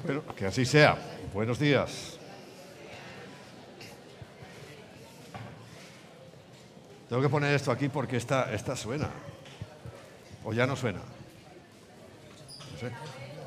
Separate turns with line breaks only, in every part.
Bueno, que así sea. Buenos días. Tengo que poner esto aquí porque esta suena. O ya no suena. No sé.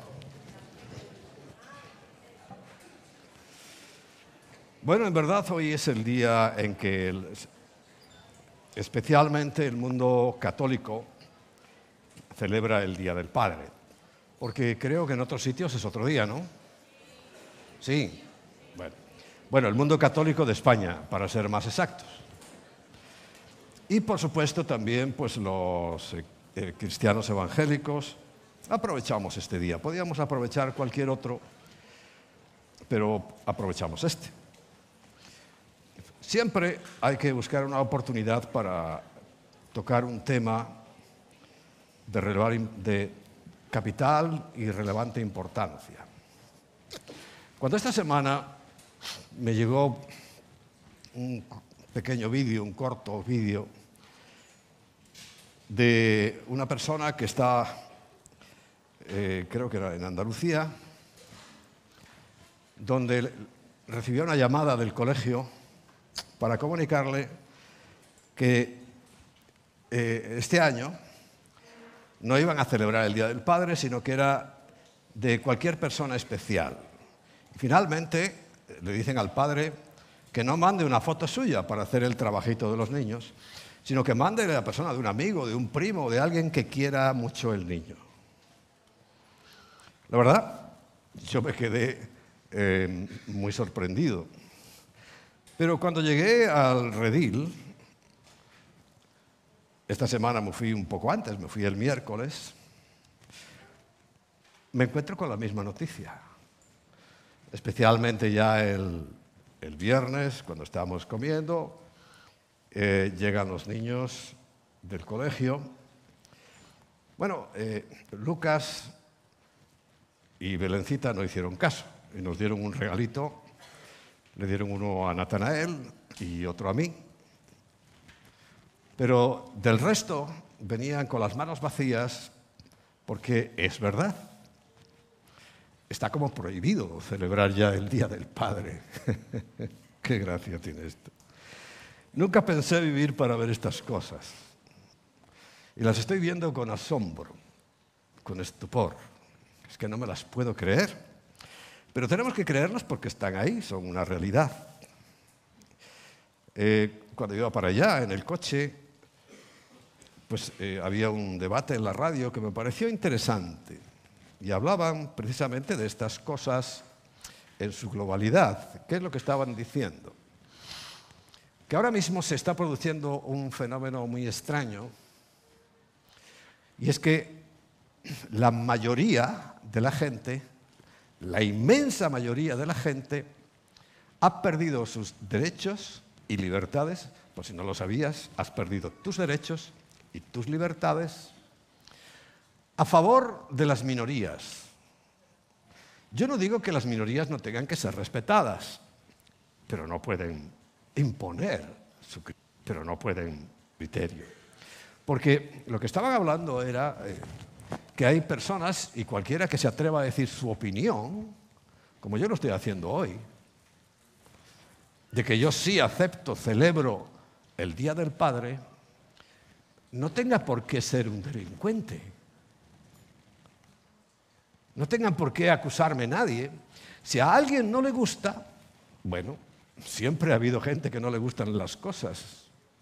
Bueno, en verdad hoy es el día en que especialmente el mundo católico celebra el Día del Padre. Porque creo que en otros sitios es otro día, ¿no? Sí. Bueno, el mundo católico de España, para ser más exactos. Y por supuesto también pues los cristianos evangélicos aprovechamos este día. Podíamos aprovechar cualquier otro, pero aprovechamos este. Siempre hay que buscar una oportunidad para tocar un tema de capital y relevante importancia. Cuando esta semana me llegó un pequeño vídeo, un corto vídeo de una persona que está, creo que era en Andalucía, donde recibió una llamada del colegio para comunicarle que este año no iban a celebrar el Día del Padre, sino que era de cualquier persona especial. Finalmente le dicen al padre que no mande una foto suya para hacer el trabajito de los niños, sino que mande a la persona de un amigo, de un primo, de alguien que quiera mucho el niño. La verdad, yo me quedé muy sorprendido. Pero cuando llegué al redil, esta semana me fui un poco antes, me fui el miércoles, me encuentro con la misma noticia. Especialmente ya el viernes, cuando estábamos comiendo, llegan los niños del colegio. Bueno, Lucas y Belencita no hicieron caso y nos dieron un regalito. Le dieron uno a Natanael y otro a mí. Pero del resto venían con las manos vacías porque es verdad. Está como prohibido celebrar ya el Día del Padre. Qué gracia tiene esto. Nunca pensé vivir para ver estas cosas. Y las estoy viendo con asombro, con estupor. Es que no me las puedo creer. Pero tenemos que creerlas porque están ahí, son una realidad. Cuando iba para allá, en el coche, pues había un debate en la radio que me pareció interesante. Y hablaban precisamente de estas cosas en su globalidad. ¿Qué es lo que estaban diciendo? Que ahora mismo se está produciendo un fenómeno muy extraño, y es que la mayoría de la gente, la inmensa mayoría de la gente, ha perdido sus derechos y libertades. Por si no lo sabías, has perdido tus derechos y tus libertades a favor de las minorías. Yo no digo que las minorías no tengan que ser respetadas, pero no pueden imponer su criterio. Porque lo que estaban hablando era que hay personas, y cualquiera que se atreva a decir su opinión, como yo lo estoy haciendo hoy, de que yo sí acepto, celebro el Día del Padre, no tenga por qué ser un delincuente. No tengan por qué acusarme nadie. Si a alguien no le gusta, bueno, siempre ha habido gente que no le gustan las cosas.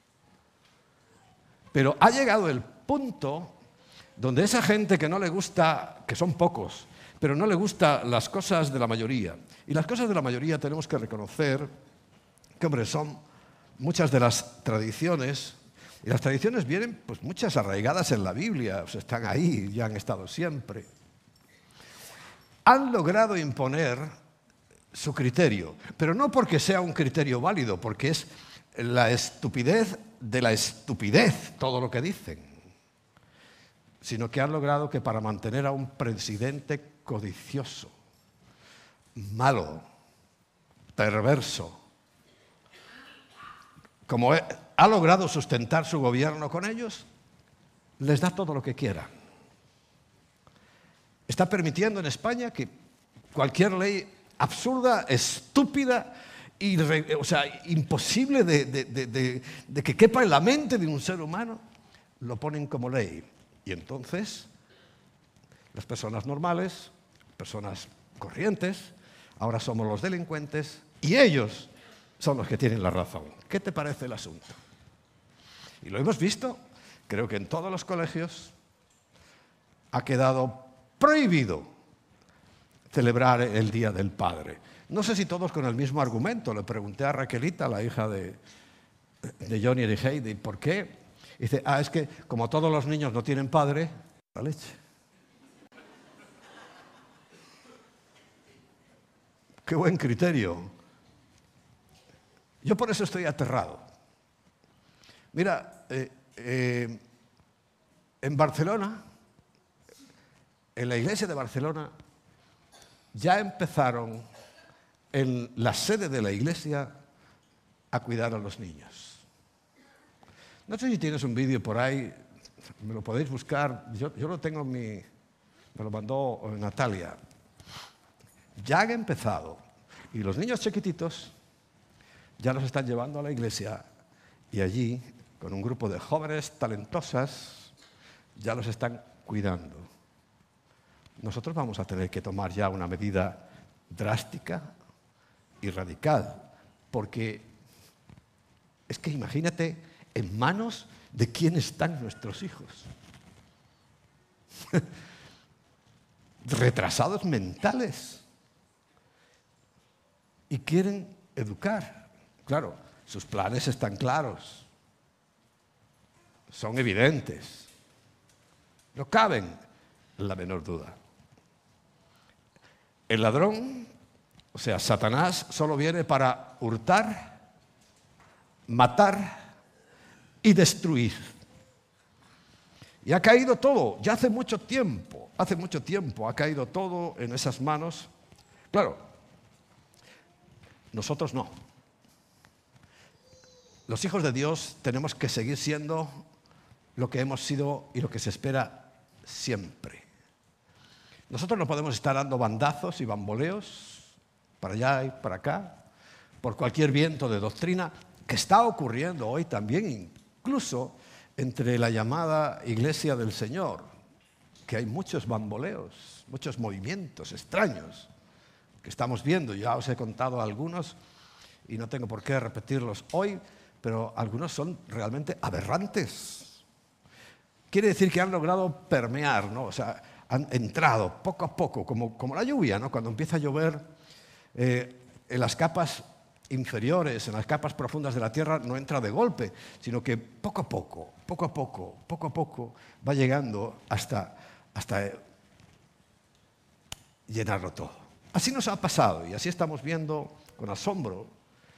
Pero ha llegado el punto donde esa gente que no le gusta, que son pocos, pero no le gustan las cosas de la mayoría. Y las cosas de la mayoría tenemos que reconocer que, hombre, son muchas de las tradiciones, y las tradiciones vienen, pues, muchas arraigadas en la Biblia, o sea, están ahí, ya han estado siempre. Han logrado imponer su criterio, pero no porque sea un criterio válido, porque es la estupidez de la estupidez todo lo que dicen, sino que han logrado que para mantener a un presidente codicioso, malo, perverso, como ha logrado sustentar su gobierno con ellos, les da todo lo que quieran. Está permitiendo en España que cualquier ley absurda, estúpida, imposible de que quepa en la mente de un ser humano, lo ponen como ley. Y entonces, las personas normales, personas corrientes, ahora somos los delincuentes y ellos son los que tienen la razón. ¿Qué te parece el asunto? Y lo hemos visto, creo que en todos los colegios ha quedado prohibido celebrar el Día del Padre. No sé si todos con el mismo argumento. Le pregunté a Raquelita, la hija de Johnny y de Heidi, ¿por qué? Dice, es que como todos los niños no tienen padre, la leche. Qué buen criterio. Yo por eso estoy aterrado. Mira, en Barcelona, en la iglesia de Barcelona, ya empezaron en la sede de la iglesia a cuidar a los niños. No sé si tienes un vídeo por ahí, me lo podéis buscar, yo lo tengo en me lo mandó Natalia. Ya han empezado y los niños chiquititos ya los están llevando a la iglesia y allí, con un grupo de jóvenes talentosas, ya los están cuidando. Nosotros vamos a tener que tomar ya una medida drástica y radical, porque es que imagínate en manos de quién están nuestros hijos. Retrasados mentales. Y quieren educar. Claro, sus planes están claros. Son evidentes. No caben en la menor duda. El ladrón, o sea, Satanás, solo viene para hurtar, matar y destruir. Y ha caído todo, ya hace mucho tiempo ha caído todo en esas manos. Claro, nosotros no. Los hijos de Dios tenemos que seguir siendo lo que hemos sido y lo que se espera siempre. Nosotros no podemos estar dando bandazos y bamboleos para allá y para acá por cualquier viento de doctrina que está ocurriendo hoy también, incluso entre la llamada Iglesia del Señor, que hay muchos bamboleos, muchos movimientos extraños que estamos viendo. Ya os he contado algunos y no tengo por qué repetirlos hoy, pero algunos son realmente aberrantes. Quiere decir que han logrado permear, ¿no? O sea, han entrado poco a poco, como la lluvia, ¿no? Cuando empieza a llover, en las capas inferiores, en las capas profundas de la tierra, no entra de golpe, sino que poco a poco, va llegando hasta llenarlo todo. Así nos ha pasado y así estamos viendo con asombro,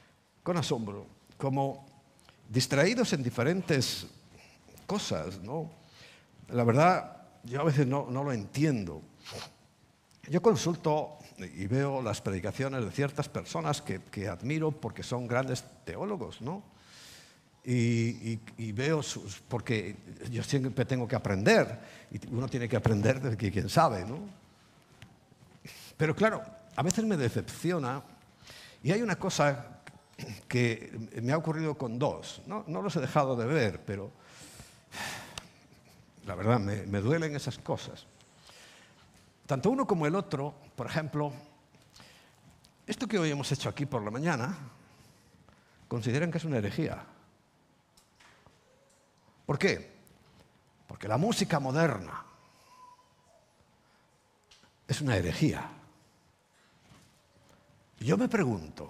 como distraídos en diferentes cosas, ¿no? La verdad, yo a veces no lo entiendo. Yo consulto y veo las predicaciones de ciertas personas que admiro porque son grandes teólogos, ¿no? Y veo porque yo siempre tengo que aprender, y uno tiene que aprender de quien sabe, ¿no? Pero claro, a veces me decepciona, y hay una cosa que me ha ocurrido con dos. No los he dejado de ver, pero la verdad me duelen esas cosas. Tanto uno como el otro, por ejemplo, esto que hoy hemos hecho aquí por la mañana, consideran que es una herejía. ¿Por qué? Porque la música moderna es una herejía. Yo me pregunto,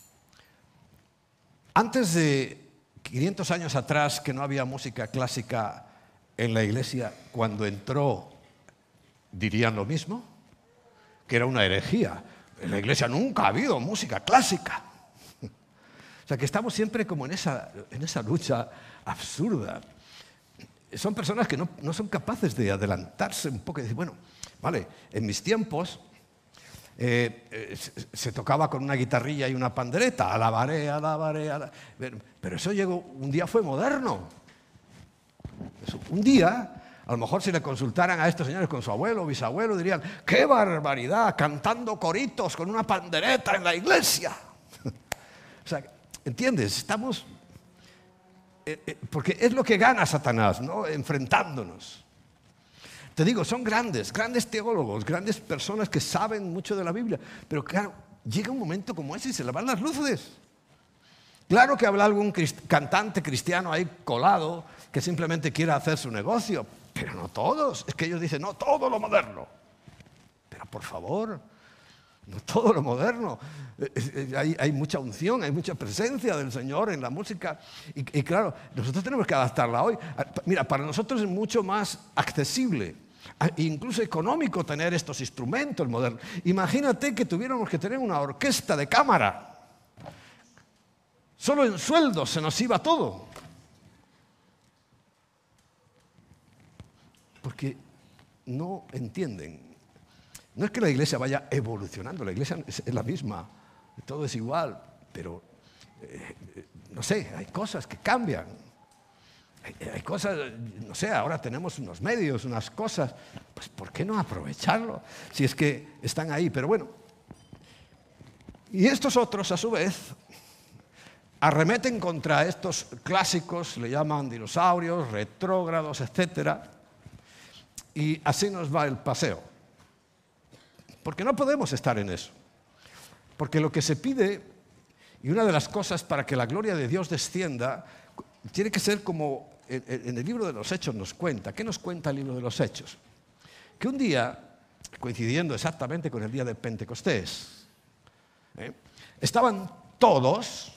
antes de 500 años atrás, que no había música clásica en la iglesia, cuando entró, ¿dirían lo mismo? Que era una herejía. En la iglesia nunca ha habido música clásica. O sea, que estamos siempre como en esa lucha absurda. Son personas que no son capaces de adelantarse un poco y decir, bueno, vale, en mis tiempos se tocaba con una guitarrilla y una pandereta, alabaré, pero eso llegó, un día fue moderno. Un día A lo mejor si le consultaran a estos señores con su abuelo o bisabuelo, dirían, ¡qué barbaridad! Cantando coritos con una pandereta en la iglesia. O sea, ¿entiendes? Estamos... porque es lo que gana Satanás, ¿no? Enfrentándonos. Te digo, son grandes teólogos, grandes personas que saben mucho de la Biblia. Pero claro, llega un momento como ese y se le van las luces. Claro que habrá algún cantante cristiano ahí colado que simplemente quiera hacer su negocio, pero no todos. Es que ellos dicen, no, todo lo moderno. Pero por favor, no todo lo moderno. Hay mucha unción, hay mucha presencia del Señor en la música. Y claro, nosotros tenemos que adaptarla hoy. Mira, para nosotros es mucho más accesible, incluso económico, tener estos instrumentos modernos. Imagínate que tuviéramos que tener una orquesta de cámara. Solo en sueldos se nos iba todo. Porque no entienden. No es que la iglesia vaya evolucionando, la iglesia es la misma, todo es igual, pero no sé, hay cosas que cambian. Hay cosas, no sé, ahora tenemos unos medios, unas cosas, pues ¿por qué no aprovecharlo? Si es que están ahí, pero bueno. Y estos otros, a su vez, arremeten contra estos clásicos, le llaman dinosaurios, retrógrados, etc. Y así nos va el paseo. Porque no podemos estar en eso. Porque lo que se pide, y una de las cosas para que la gloria de Dios descienda, tiene que ser como en el libro de los Hechos nos cuenta. ¿Qué nos cuenta el libro de los Hechos? Que un día, coincidiendo exactamente con el día de Pentecostés, estaban todos,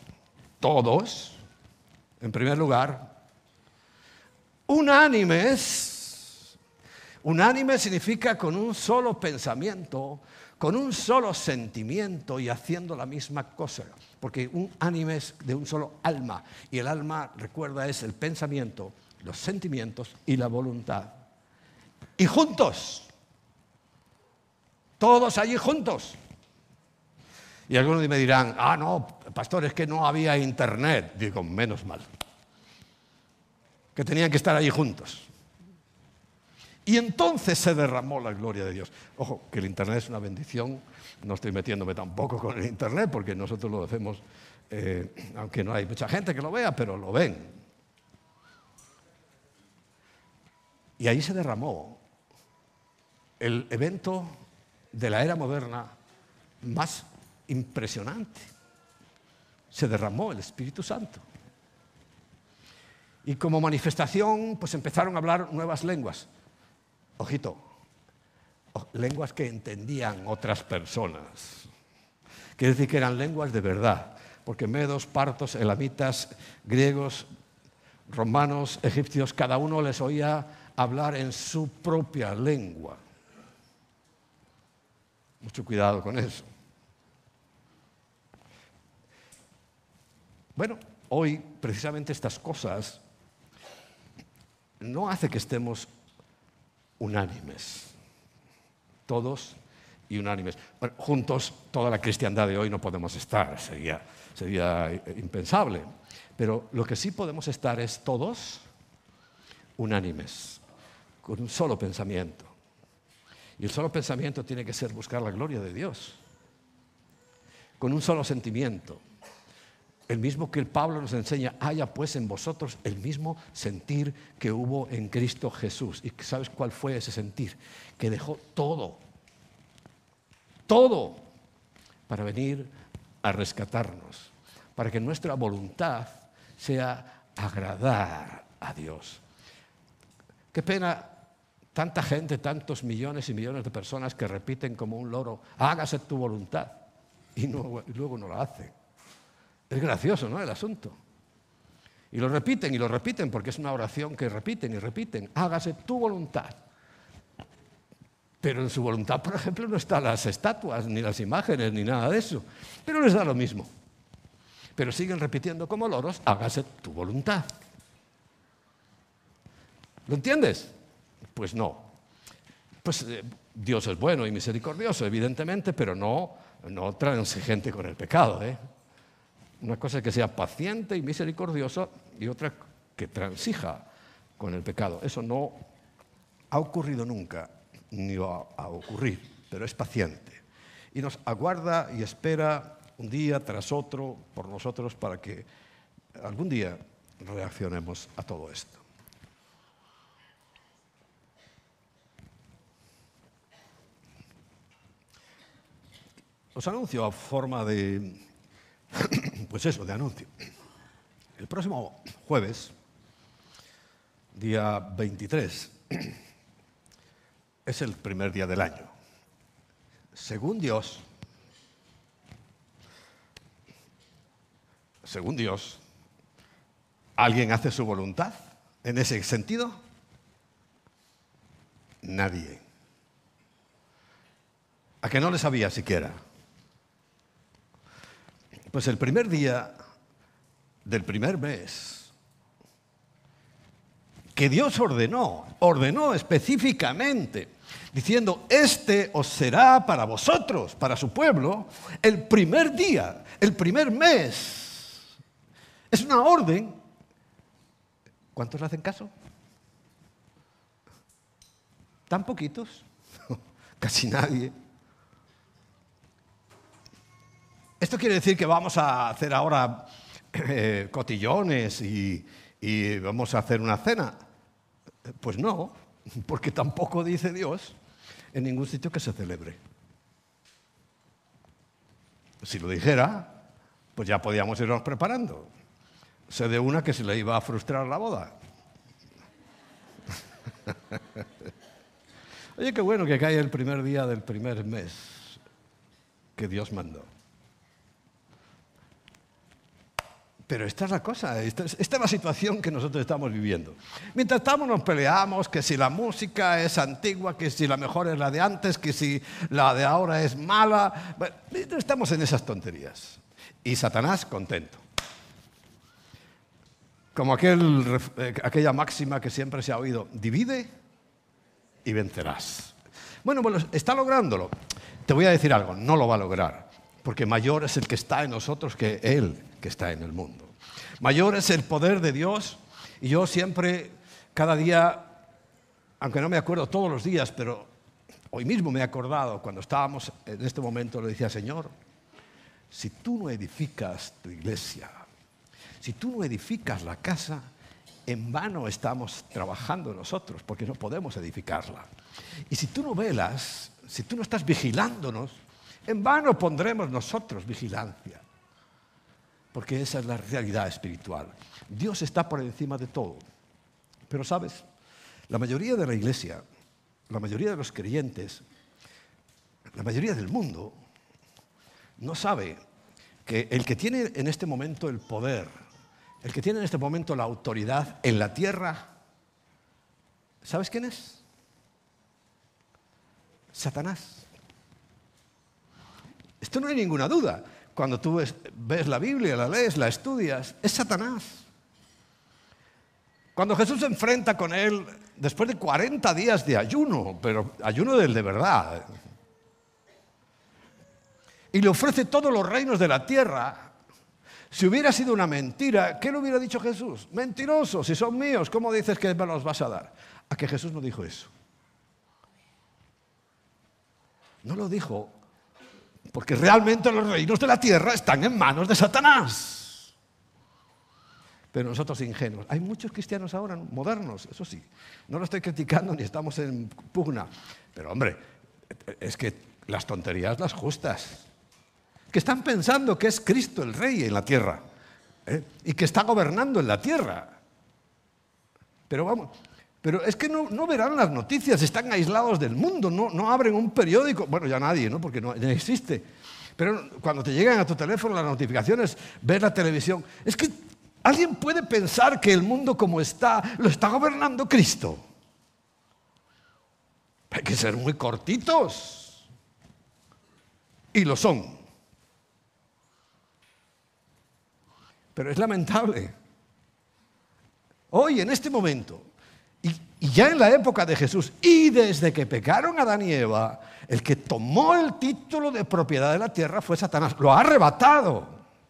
en primer lugar, unánimes. Unánime significa con un solo pensamiento, con un solo sentimiento y haciendo la misma cosa. Porque un ánime es de un solo alma. Y el alma, recuerda, es el pensamiento, los sentimientos y la voluntad. Y juntos. Todos allí juntos. Y algunos me dirán, no, pastor, es que no había internet. Digo, menos mal. Que tenían que estar allí juntos. Y entonces se derramó la gloria de Dios. Ojo, que el internet es una bendición. No estoy metiéndome tampoco con el internet porque nosotros lo hacemos, aunque no hay mucha gente que lo vea, pero lo ven. Y ahí se derramó el evento de la era moderna más impresionante. Se derramó el Espíritu Santo. Y como manifestación, pues empezaron a hablar nuevas lenguas. Ojito, lenguas que entendían otras personas. Quiere decir que eran lenguas de verdad, porque medos, partos, elamitas, griegos, romanos, egipcios, cada uno les oía hablar en su propia lengua. Mucho cuidado con eso. Bueno, hoy precisamente estas cosas no hace que estemos unánimes, todos y unánimes. Bueno, juntos, toda la cristiandad de hoy no podemos estar, sería impensable. Pero lo que sí podemos estar es todos unánimes, con un solo pensamiento. Y el solo pensamiento tiene que ser buscar la gloria de Dios, con un solo sentimiento. El mismo que el Pablo nos enseña, haya pues en vosotros el mismo sentir que hubo en Cristo Jesús. ¿Y sabes cuál fue ese sentir? Que dejó todo, para venir a rescatarnos, para que nuestra voluntad sea agradar a Dios. Qué pena tanta gente, tantos millones y millones de personas que repiten como un loro, hágase tu voluntad, y luego no la hacen. Es gracioso, ¿no?, el asunto. Y lo repiten porque es una oración que repiten y repiten. Hágase tu voluntad. Pero en su voluntad, por ejemplo, no están las estatuas, ni las imágenes, ni nada de eso. Pero les da lo mismo. Pero siguen repitiendo como loros, hágase tu voluntad. ¿Lo entiendes? Pues no. Pues Dios es bueno y misericordioso, evidentemente, pero no transigente con el pecado, ¿eh? Una cosa es que sea paciente y misericordioso y otra que transija con el pecado. Eso no ha ocurrido nunca, ni va a ocurrir, pero es paciente. Y nos aguarda y espera un día tras otro por nosotros para que algún día reaccionemos a todo esto. Os anuncio a forma de, pues eso, de anuncio. El próximo jueves, día 23, es el primer día del año. Según Dios, ¿alguien hace su voluntad en ese sentido? Nadie. ¿A que no le sabía siquiera? Pues el primer día del primer mes, que Dios ordenó específicamente, diciendo, este os será para vosotros, para su pueblo, el primer día, el primer mes. Es una orden. ¿Cuántos le hacen caso? ¿Tan poquitos? Casi nadie. ¿Esto quiere decir que vamos a hacer ahora cotillones y vamos a hacer una cena? Pues no, porque tampoco dice Dios en ningún sitio que se celebre. Si lo dijera, pues ya podíamos irnos preparando. Sé de una que se le iba a frustrar la boda. Oye, qué bueno que cae el primer día del primer mes que Dios mandó. Pero esta es la cosa, esta es la situación que nosotros estamos viviendo. Mientras estamos nos peleamos que si la música es antigua, que si la mejor es la de antes, que si la de ahora es mala. Bueno, estamos en esas tonterías. Y Satanás contento. Como aquella máxima que siempre se ha oído, divide y vencerás. Bueno, está lográndolo. Te voy a decir algo, no lo va a lograr, porque mayor es el que está en nosotros que él que está en el mundo. Mayor es el poder de Dios, y yo siempre, cada día, aunque no me acuerdo todos los días, pero hoy mismo me he acordado, cuando estábamos en este momento, le decía, Señor, si tú no edificas tu iglesia, si tú no edificas la casa, en vano estamos trabajando nosotros, porque no podemos edificarla. Y si tú no velas, si tú no estás vigilándonos, en vano pondremos nosotros vigilancia. Porque esa es la realidad espiritual. Dios está por encima de todo. Pero, ¿sabes? La mayoría de la iglesia, la mayoría de los creyentes, la mayoría del mundo, no sabe que el que tiene en este momento el poder, el que tiene en este momento la autoridad en la tierra, ¿sabes quién es? Satanás. Esto no hay ninguna duda. Cuando tú ves la Biblia, la lees, la estudias, es Satanás. Cuando Jesús se enfrenta con él, después de 40 días de ayuno, pero ayuno del de verdad, y le ofrece todos los reinos de la tierra, si hubiera sido una mentira, ¿qué le hubiera dicho Jesús? Mentiroso, si son míos, ¿cómo dices que me los vas a dar? A que Jesús no dijo eso. No lo dijo porque realmente los reinos de la tierra están en manos de Satanás. Pero nosotros ingenuos. Hay muchos cristianos ahora modernos, eso sí. No lo estoy criticando ni estamos en pugna. Pero hombre, es que las tonterías las justas. Que están pensando que es Cristo el Rey en la tierra. Y que está gobernando en la tierra. Pero vamos... Pero es que no verán las noticias, están aislados del mundo, no abren un periódico, bueno, ya nadie, ¿no? Porque no existe. Pero cuando te llegan a tu teléfono las notificaciones, ves la televisión, es que alguien puede pensar que el mundo como está, lo está gobernando Cristo. Hay que ser muy cortitos. Y lo son. Pero es lamentable. Hoy, en este momento... Y ya en la época de Jesús, y desde que pecaron Adán y Eva, el que tomó el título de propiedad de la tierra fue Satanás. Lo ha arrebatado.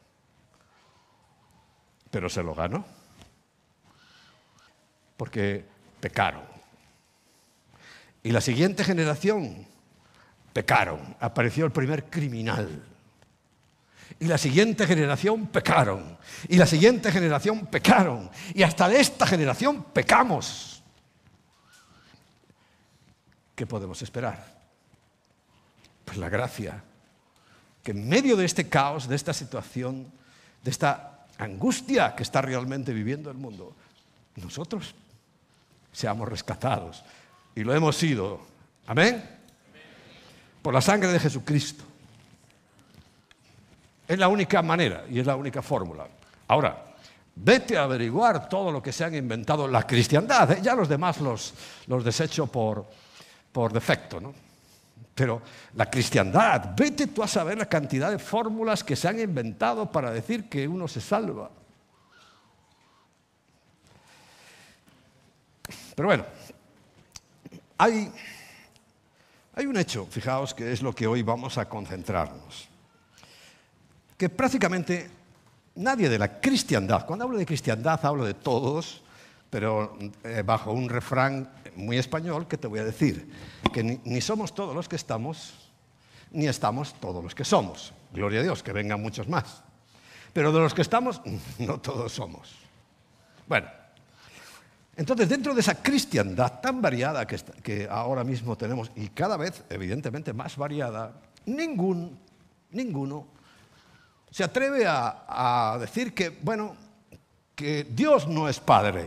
Pero se lo ganó. Porque pecaron. Y la siguiente generación pecaron. Apareció el primer criminal. Y la siguiente generación pecaron. Y la siguiente generación pecaron. Y hasta de esta generación pecamos. ¿Qué podemos esperar? Pues la gracia. Que en medio de este caos, de esta situación, de esta angustia que está realmente viviendo el mundo, nosotros seamos rescatados. Y lo hemos sido. ¿Amén? Por la sangre de Jesucristo. Es la única manera y es la única fórmula. Ahora, vete a averiguar todo lo que se han inventado la cristiandad. Ya los demás los desecho por defecto, ¿no? Pero la cristiandad, vete tú a saber la cantidad de fórmulas que se han inventado para decir que uno se salva. Pero bueno, hay un hecho, fijaos, que es lo que hoy vamos a concentrarnos. Que prácticamente nadie de la cristiandad, cuando hablo de cristiandad hablo de todos, pero bajo un refrán muy español que te voy a decir, que ni somos todos los que estamos, ni estamos todos los que somos. Gloria a Dios, que vengan muchos más. Pero de los que estamos, no todos somos. Bueno, entonces dentro de esa cristiandad tan variada que ahora mismo tenemos, y cada vez evidentemente más variada, ninguno se atreve a decir que, bueno, que Dios no es Padre.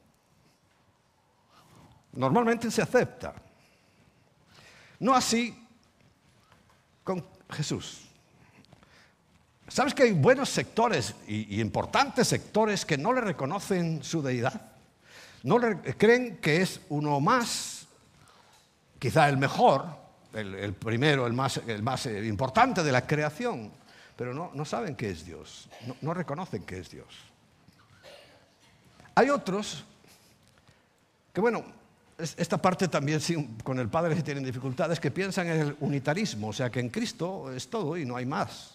Normalmente se acepta. No así con Jesús. ¿Sabes que hay buenos sectores y importantes sectores que no le reconocen su deidad? No le creen que es uno más, quizá el mejor, el primero, el más importante de la creación. Pero no saben qué es Dios, no reconocen qué es Dios. Hay otros que, bueno, esta parte también sí, con el Padre se tienen dificultades, que piensan en el unitarismo, o sea que en Cristo es todo y no hay más.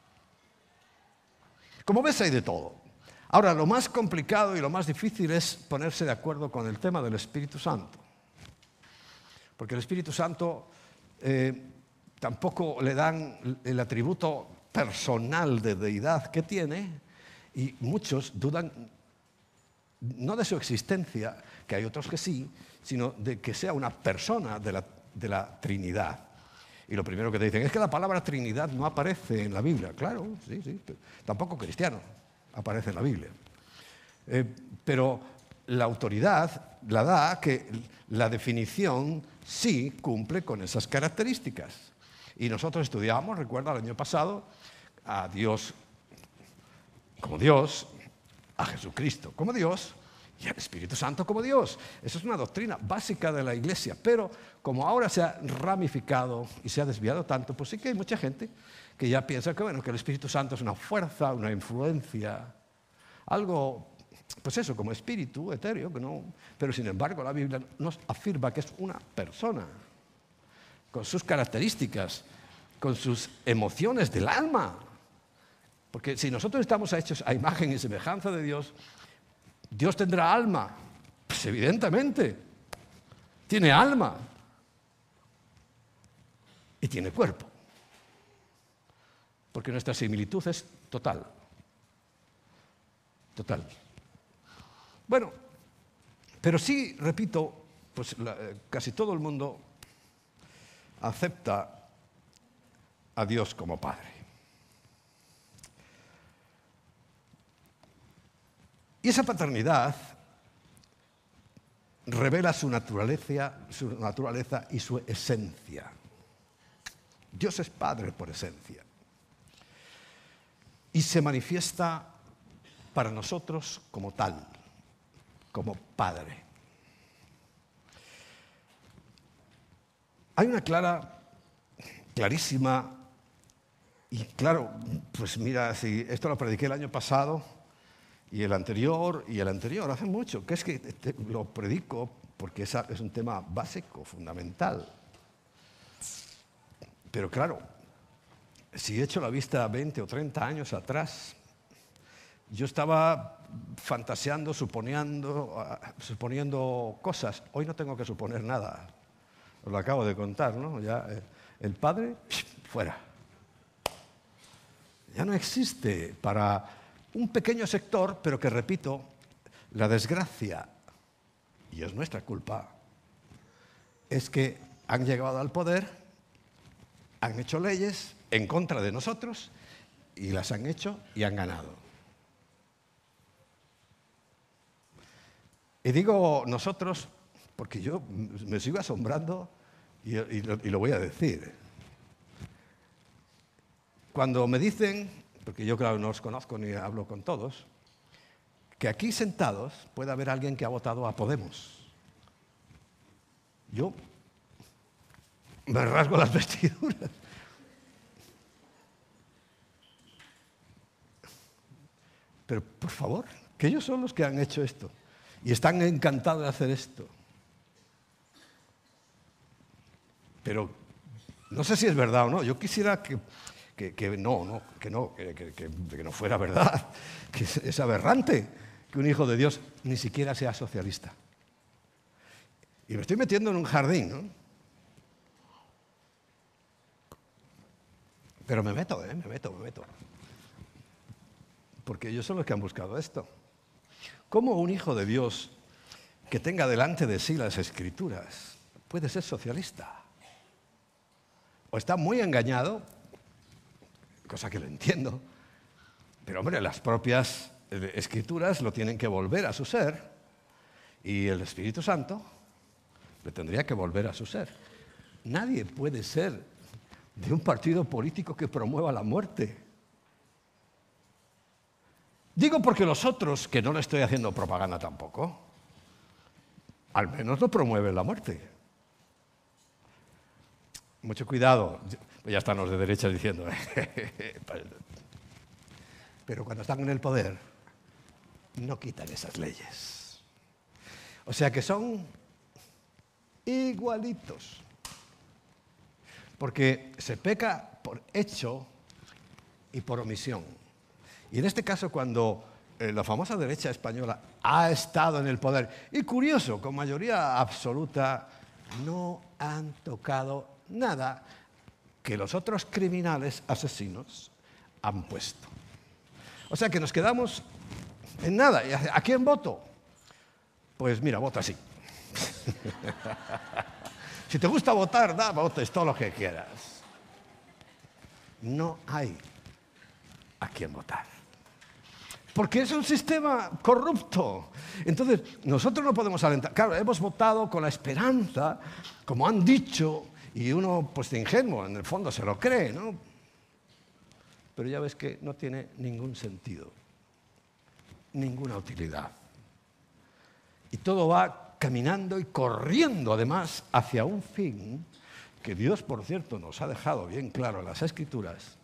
Como ves, hay de todo. Ahora, lo más complicado y lo más difícil es ponerse de acuerdo con el tema del Espíritu Santo. Porque el Espíritu Santo tampoco le dan el atributo personal de deidad que tiene, y muchos dudan no de su existencia, que hay otros que sí, sino de que sea una persona de la Trinidad. Y lo primero que te dicen es que la palabra Trinidad no aparece en la Biblia. Claro, sí, tampoco cristiano aparece en la Biblia. Pero la autoridad la da que la definición sí cumple con esas características. Y nosotros estudiamos, recuerda, el año pasado, a Dios como Dios, a Jesucristo como Dios y al Espíritu Santo como Dios. Eso es una doctrina básica de la Iglesia, pero como ahora se ha ramificado y se ha desviado tanto, pues sí que hay mucha gente que ya piensa que, bueno, que el Espíritu Santo es una fuerza, una influencia, algo, pues eso, como espíritu etéreo, que no, pero sin embargo la Biblia nos afirma que es una persona, con sus características, con sus emociones del alma. Porque si nosotros estamos hechos a imagen y semejanza de Dios, Dios tendrá alma. Pues evidentemente, tiene alma y tiene cuerpo. Porque nuestra similitud es total. Total. Bueno, pero sí, repito, pues casi todo el mundo acepta a Dios como Padre. Y esa paternidad revela su naturaleza y su esencia. Dios es Padre por esencia. Y se manifiesta para nosotros como tal, como Padre. Hay una clarísima, y claro, pues mira, si esto lo prediqué el año pasado, y el anterior, hace mucho, que es que lo predico porque es un tema básico, fundamental. Pero claro, si echo la vista 20 o 30 años atrás, yo estaba fantaseando, suponiendo cosas. Hoy no tengo que suponer nada. Os lo acabo de contar, ¿no? Ya el Padre, fuera. Ya no existe para un pequeño sector, pero que, repito, la desgracia, y es nuestra culpa, es que han llegado al poder, han hecho leyes en contra de nosotros y las han hecho y han ganado. Y digo nosotros porque yo me sigo asombrando y lo voy a decir. Cuando me dicen, porque yo claro no os conozco ni hablo con todos, que aquí sentados puede haber alguien que ha votado a Podemos. Yo me rasgo las vestiduras. Pero, por favor, que ellos son los que han hecho esto. Y están encantados de hacer esto. Pero no sé si es verdad o no. Yo quisiera que no fuera verdad. Que es aberrante que un hijo de Dios ni siquiera sea socialista. Y me estoy metiendo en un jardín, ¿no? Pero me meto. Porque ellos son los que han buscado esto. ¿Cómo un hijo de Dios que tenga delante de sí las Escrituras puede ser socialista? O está muy engañado, cosa que lo entiendo, pero hombre, las propias Escrituras lo tienen que volver a su ser y el Espíritu Santo le tendría que volver a su ser. Nadie puede ser de un partido político que promueva la muerte. Digo porque los otros, que no le estoy haciendo propaganda tampoco, al menos no promueven la muerte. Mucho cuidado, ya están los de derecha diciendo, pero cuando están en el poder, no quitan esas leyes. O sea que son igualitos. Porque se peca por hecho y por omisión. Y en este caso, cuando la famosa derecha española ha estado en el poder, y curioso, con mayoría absoluta, no han tocado nada que los otros criminales asesinos han puesto. O sea que nos quedamos en nada. ¿A quién voto? Pues mira, vota así. Si te gusta votar, votes todo lo que quieras. No hay a quién votar. Porque es un sistema corrupto. Entonces, nosotros no podemos alentar. Claro, hemos votado con la esperanza, como han dicho, y uno, pues de ingenuo, en el fondo se lo cree, ¿no? Pero ya ves que no tiene ningún sentido, ninguna utilidad. Y todo va caminando y corriendo, además, hacia un fin que Dios, por cierto, nos ha dejado bien claro en las Escrituras,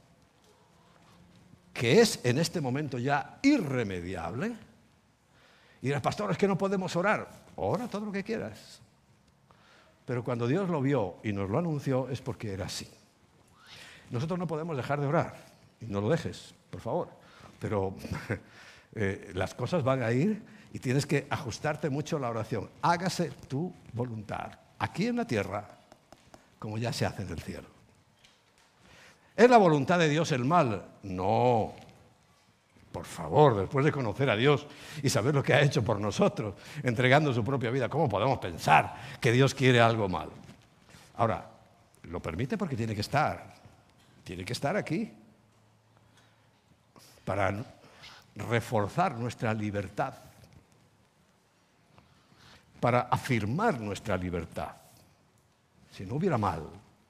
que es en este momento ya irremediable. Y dirás, pastor, es que no podemos orar. Ora todo lo que quieras. Pero cuando Dios lo vio y nos lo anunció es porque era así. Nosotros no podemos dejar de orar. Y no lo dejes, por favor. Pero las cosas van a ir y tienes que ajustarte mucho a la oración. Hágase tu voluntad, aquí en la tierra, como ya se hace en el cielo. ¿Es la voluntad de Dios el mal? No. Por favor, después de conocer a Dios y saber lo que ha hecho por nosotros, entregando su propia vida, ¿cómo podemos pensar que Dios quiere algo mal? Ahora, lo permite porque tiene que estar aquí, para reforzar nuestra libertad, para afirmar nuestra libertad. Si no hubiera mal,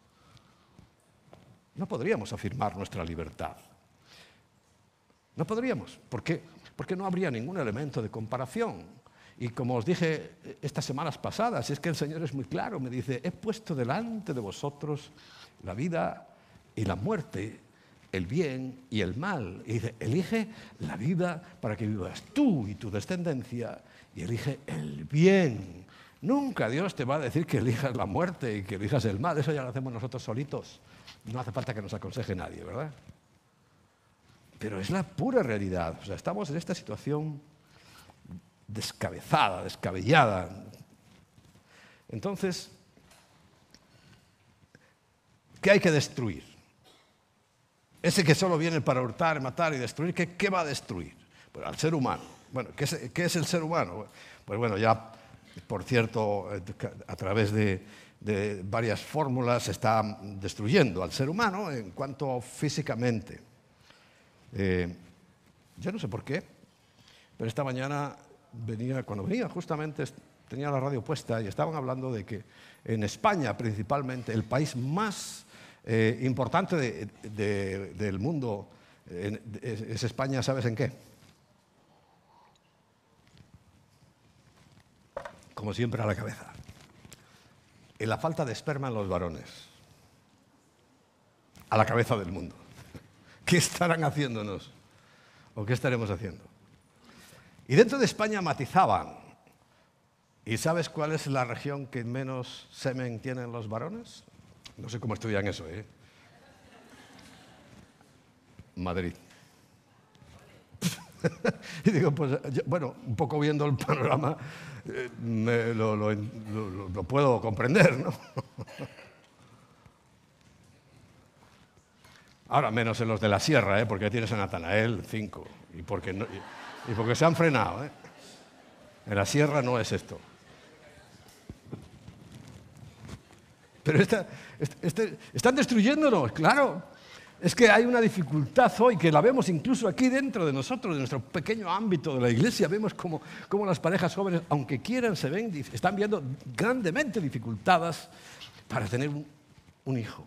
no podríamos afirmar nuestra libertad. No podríamos. ¿Por qué? Porque no habría ningún elemento de comparación. Y como os dije estas semanas pasadas, es que el Señor es muy claro, me dice, he puesto delante de vosotros la vida y la muerte, el bien y el mal. Y dice, elige la vida para que vivas tú y tu descendencia, y elige el bien. Nunca Dios te va a decir que elijas la muerte y que elijas el mal. Eso ya lo hacemos nosotros solitos. No hace falta que nos aconseje nadie, ¿verdad? Pero es la pura realidad. O sea, estamos en esta situación descabezada, descabellada. Entonces, ¿Qué hay que destruir? Ese que solo viene para hurtar, matar y destruir, ¿qué va a destruir? Pues al ser humano. Bueno, ¿qué es el ser humano? Pues bueno, ya, por cierto, a través de varias fórmulas se está destruyendo al ser humano en cuanto físicamente. Yo no sé por qué, pero esta mañana cuando venía justamente, tenía la radio puesta y estaban hablando de que en España principalmente, el país más importante del mundo es España, ¿sabes en qué? Como siempre a la cabeza. En la falta de esperma en los varones. A la cabeza del mundo. ¿Qué estarán haciéndonos? ¿O qué estaremos haciendo? Y dentro de España matizaban. ¿Y sabes cuál es la región que menos semen tienen los varones? No sé cómo estudian eso, ¿eh? Madrid. Y digo, pues, bueno, un poco viendo el panorama, lo puedo comprender, ¿no? Ahora, menos en los de la sierra, porque tienes a Natanael 5, y porque se han frenado, ¿eh? En la sierra no es esto. Pero están destruyéndonos, claro. Es que hay una dificultad hoy que la vemos incluso aquí dentro de nosotros, de nuestro pequeño ámbito de la iglesia. Vemos cómo las parejas jóvenes, aunque quieran, están viendo grandemente dificultadas para tener un hijo.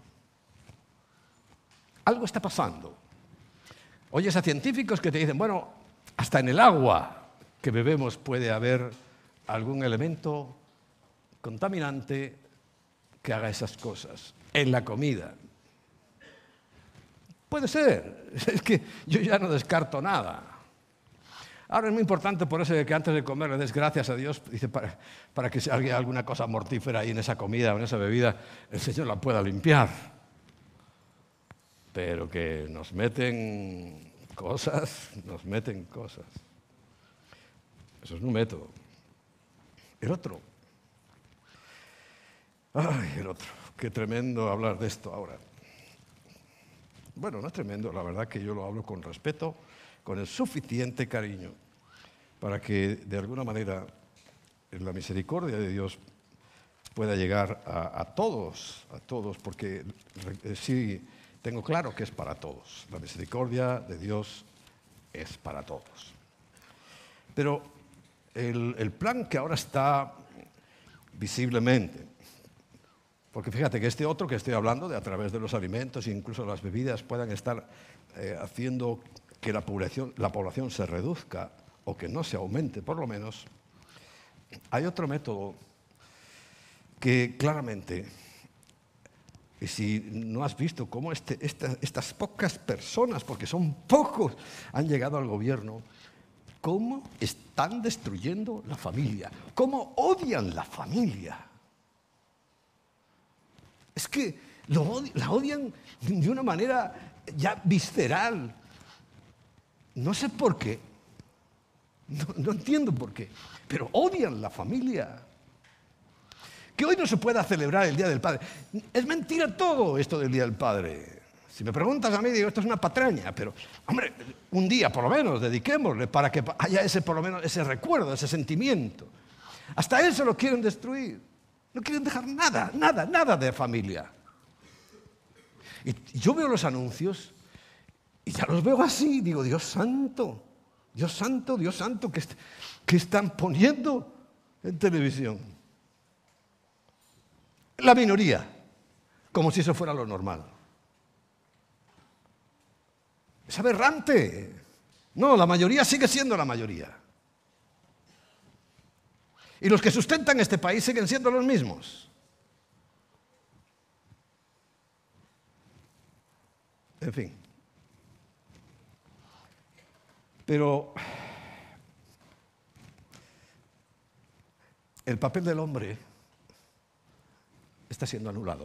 Algo está pasando. Oyes a científicos que te dicen, bueno, hasta en el agua que bebemos puede haber algún elemento contaminante que haga esas cosas. En la comida. Puede ser. Es que yo ya no descarto nada. Ahora es muy importante por eso que antes de comer le des gracias a Dios, dice, para que si hay alguna cosa mortífera ahí en esa comida o en esa bebida, el Señor la pueda limpiar. Pero que nos meten cosas. Eso es un método. El otro. Ay, el otro. Qué tremendo hablar de esto ahora. Bueno, no es tremendo, la verdad que yo lo hablo con respeto, con el suficiente cariño, para que de alguna manera la misericordia de Dios pueda llegar a todos, porque sí tengo claro que es para todos. La misericordia de Dios es para todos. Pero el plan que ahora está visiblemente, porque fíjate que este otro que estoy hablando, de a través de los alimentos e incluso las bebidas, puedan estar haciendo que la población se reduzca o que no se aumente, por lo menos, hay otro método que claramente, y si no has visto cómo estas pocas personas, porque son pocos, han llegado al gobierno, cómo están destruyendo la familia, cómo odian la familia. Es que la odian de una manera ya visceral. No sé por qué. No entiendo por qué. Pero odian la familia. Que hoy no se pueda celebrar el Día del Padre. Es mentira todo esto del Día del Padre. Si me preguntas a mí, digo, esto es una patraña. Pero, hombre, un día por lo menos dediquémosle para que haya por lo menos ese recuerdo, ese sentimiento. Hasta eso lo quieren destruir. No quieren dejar nada de familia. Y yo veo los anuncios y ya los veo así. Digo, Dios santo, ¿qué están poniendo en televisión? La minoría, como si eso fuera lo normal. Es aberrante. No, la mayoría sigue siendo la mayoría. Y los que sustentan este país siguen siendo los mismos. En fin. Pero el papel del hombre está siendo anulado.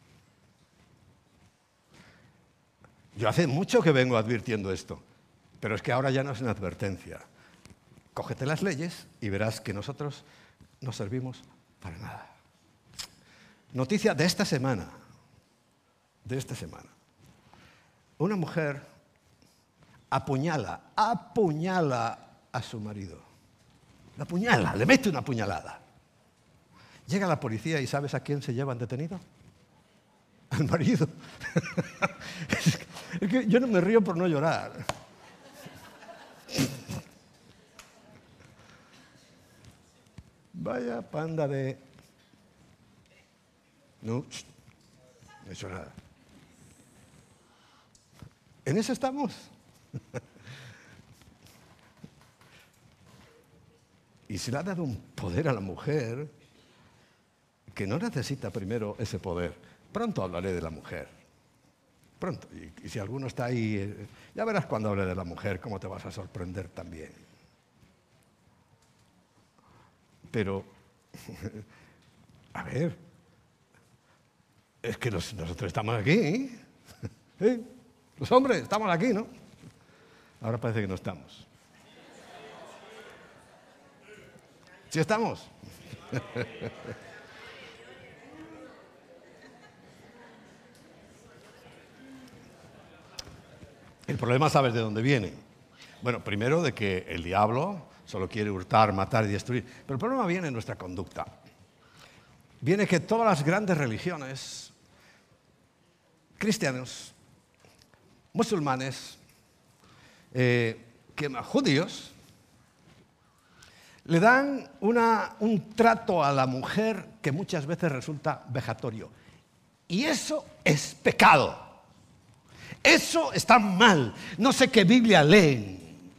Yo hace mucho que vengo advirtiendo esto, pero es que ahora ya no es una advertencia. Cógete las leyes y verás que nosotros no servimos para nada. Noticia de esta semana. de esta semana. Una mujer apuñala a su marido. La apuñala, le mete una puñalada. Llega la policía y ¿sabes a quién se llevan detenido? Al marido. Es que yo no me río por no llorar. Vaya panda de... No, no he hecho nada. ¿En eso estamos? Y se le ha dado un poder a la mujer que no necesita primero ese poder. Pronto hablaré de la mujer. Pronto. Y si alguno está ahí, ya verás cuando hable de la mujer, cómo te vas a sorprender también. Pero, a ver, es que nosotros estamos aquí, ¿eh? ¿Sí? Los hombres estamos aquí, ¿no? Ahora parece que no estamos. ¿Sí estamos? El problema, ¿sabes de dónde viene? Bueno, primero de que el diablo solo quiere hurtar, matar y destruir. Pero el problema viene en nuestra conducta. Viene que todas las grandes religiones, cristianos, musulmanes, judíos, le dan un trato a la mujer que muchas veces resulta vejatorio. Y eso es pecado. Eso está mal. No sé qué Biblia leen.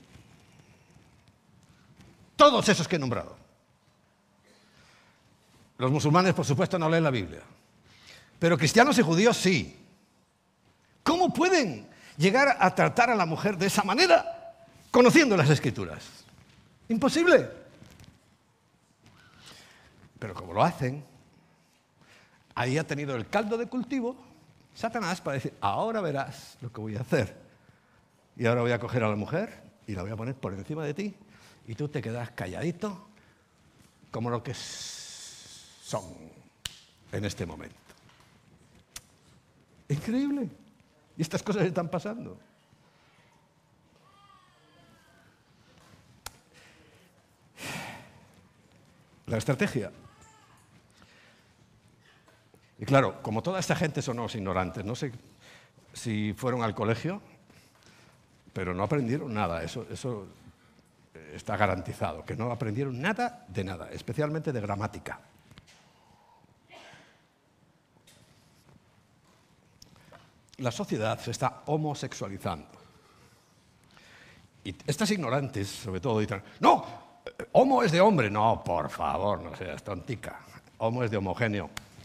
Todos esos que he nombrado. Los musulmanes, por supuesto, no leen la Biblia. Pero cristianos y judíos sí. ¿Cómo pueden llegar a tratar a la mujer de esa manera conociendo las Escrituras? Imposible. Pero como lo hacen, ahí ha tenido el caldo de cultivo Satanás para decir, ahora verás lo que voy a hacer. Y ahora voy a coger a la mujer y la voy a poner por encima de ti y tú te quedas calladito como lo que son en este momento. Increíble. Y estas cosas están pasando. La estrategia. Y claro, como toda esta gente son unos ignorantes, no sé si fueron al colegio, pero no aprendieron nada, eso está garantizado, que no aprendieron nada de nada, especialmente de gramática. La sociedad se está homosexualizando. Y estas ignorantes, sobre todo, dicen, no, homo es de hombre. No, por favor, no seas tontica. Homo es de homogéneo.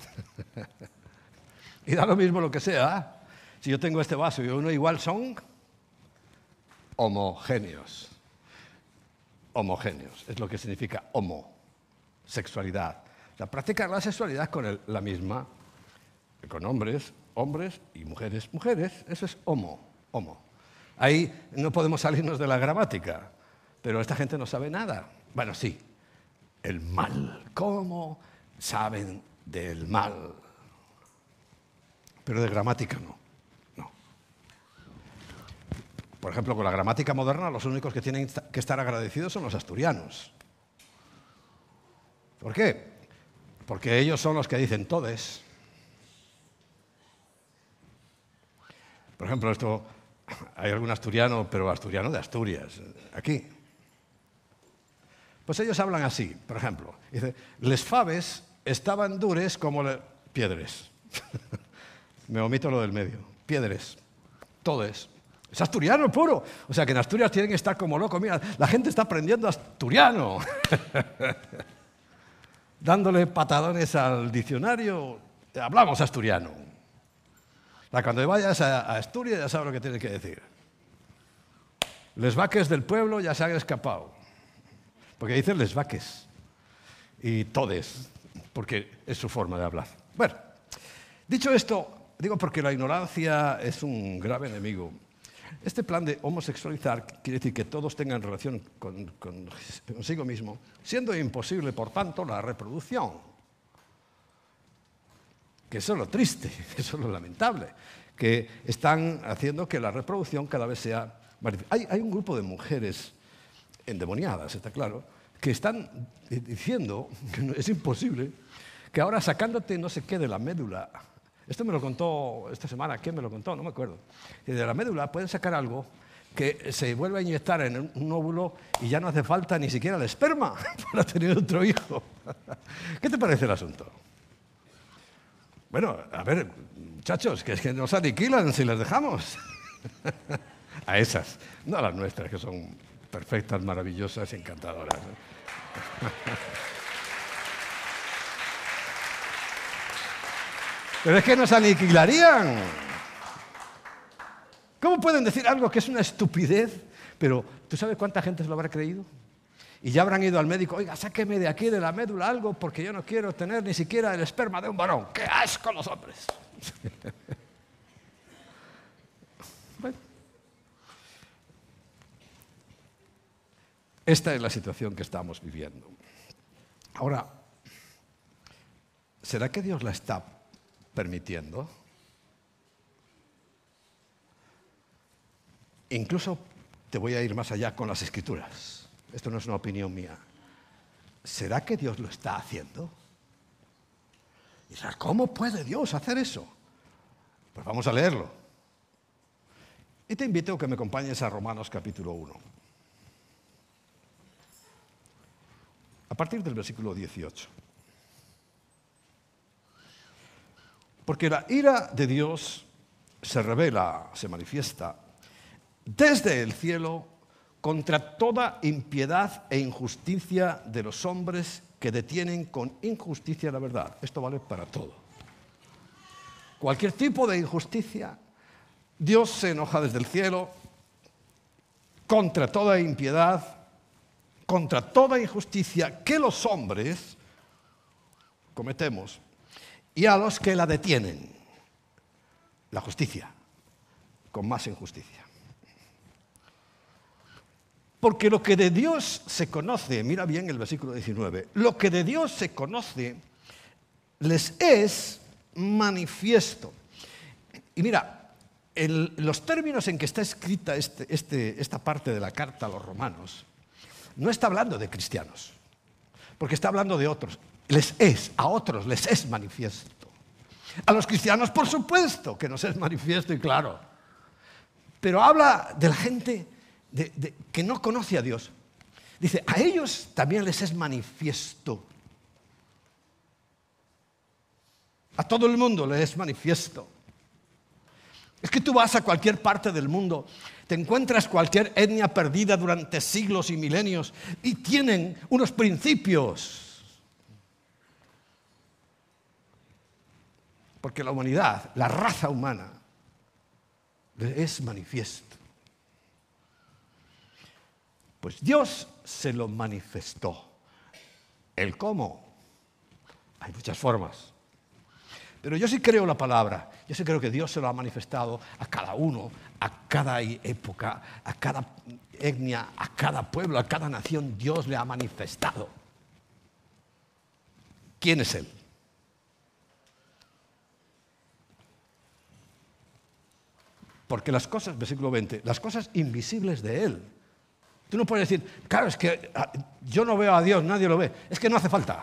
Y da lo mismo lo que sea. Si yo tengo este vaso y uno igual, son homogéneos. Homogéneos, es lo que significa homosexualidad. O sea, practicar la sexualidad con la misma, con hombres y mujeres, eso es homo. Ahí no podemos salirnos de la gramática, pero esta gente no sabe nada. Bueno, sí, el mal. ¿Cómo saben del mal? Pero de gramática no. Por ejemplo, con la gramática moderna, los únicos que tienen que estar agradecidos son los asturianos. ¿Por qué? Porque ellos son los que dicen todes. Por ejemplo, hay algún asturiano, pero asturiano de Asturias, aquí. Pues ellos hablan así, por ejemplo. Dice, les faves estaban dures como piedres. Me omito lo del medio. Piedres, todes. Es asturiano puro. O sea que en Asturias tienen que estar como locos. Mira, la gente está aprendiendo asturiano. Dándole patadones al diccionario. Hablamos asturiano. O sea, cuando vayas a Asturias ya sabes lo que tienes que decir. Les vaques del pueblo ya se han escapado. Porque dicen les vaques. Y todes. Porque es su forma de hablar. Bueno, dicho esto, digo porque la ignorancia es un grave enemigo. Este plan de homosexualizar quiere decir que todos tengan relación consigo mismo, siendo imposible, por tanto, la reproducción. que eso es lo triste, eso es lo lamentable, que están haciendo que la reproducción cada vez sea más difícil. Hay un grupo de mujeres endemoniadas, está claro, que están diciendo que es imposible, que ahora sacándote no sé qué de la médula, esto me lo contó esta semana, ¿quién me lo contó? No me acuerdo, que de la médula pueden sacar algo que se vuelve a inyectar en un óvulo y ya no hace falta ni siquiera el esperma para tener otro hijo. ¿Qué te parece el asunto? Bueno, a ver, muchachos, que es que nos aniquilan si les dejamos. A esas, no a las nuestras, que son perfectas, maravillosas y encantadoras. Pero es que nos aniquilarían. ¿Cómo pueden decir algo que es una estupidez? Pero, ¿tú sabes cuánta gente se lo habrá creído? Y ya habrán ido al médico, oiga, sáqueme de aquí, de la médula, algo, porque yo no quiero tener ni siquiera el esperma de un varón. ¡Qué asco los hombres! Bueno. Esta es la situación que estamos viviendo. Ahora, ¿será que Dios la está permitiendo? Incluso te voy a ir más allá con las Escrituras. Esto no es una opinión mía. ¿Será que Dios lo está haciendo? Y dirás, ¿cómo puede Dios hacer eso? Pues vamos a leerlo. Y te invito a que me acompañes a Romanos capítulo 1. A partir del versículo 18. Porque la ira de Dios se revela, se manifiesta desde el cielo contra toda impiedad e injusticia de los hombres que detienen con injusticia la verdad. Esto vale para todo. Cualquier tipo de injusticia, Dios se enoja desde el cielo contra toda impiedad, contra toda injusticia que los hombres cometemos y a los que la detienen, la justicia, con más injusticia. Porque lo que de Dios se conoce, mira bien el versículo 19, lo que de Dios se conoce les es manifiesto. Y mira, los términos en que está escrita esta parte de la carta a los romanos, no está hablando de cristianos, porque está hablando de otros. A otros les es manifiesto. A los cristianos, por supuesto, que nos es manifiesto y claro. Pero habla de la gente que no conoce a Dios. Dice, a ellos también les es manifiesto. A todo el mundo les es manifiesto. Es que tú vas a cualquier parte del mundo, te encuentras cualquier etnia perdida durante siglos y milenios y tienen unos principios. Porque la humanidad, la raza humana, es manifiesto. Pues Dios se lo manifestó. ¿El cómo? Hay muchas formas. Pero yo sí creo la palabra. Yo sí creo que Dios se lo ha manifestado a cada uno, a cada época, a cada etnia, a cada pueblo, a cada nación. Dios le ha manifestado. ¿Quién es Él? Porque las cosas, versículo 20, las cosas invisibles de Él. Tú no puedes decir, claro, es que yo no veo a Dios, nadie lo ve. Es que no hace falta.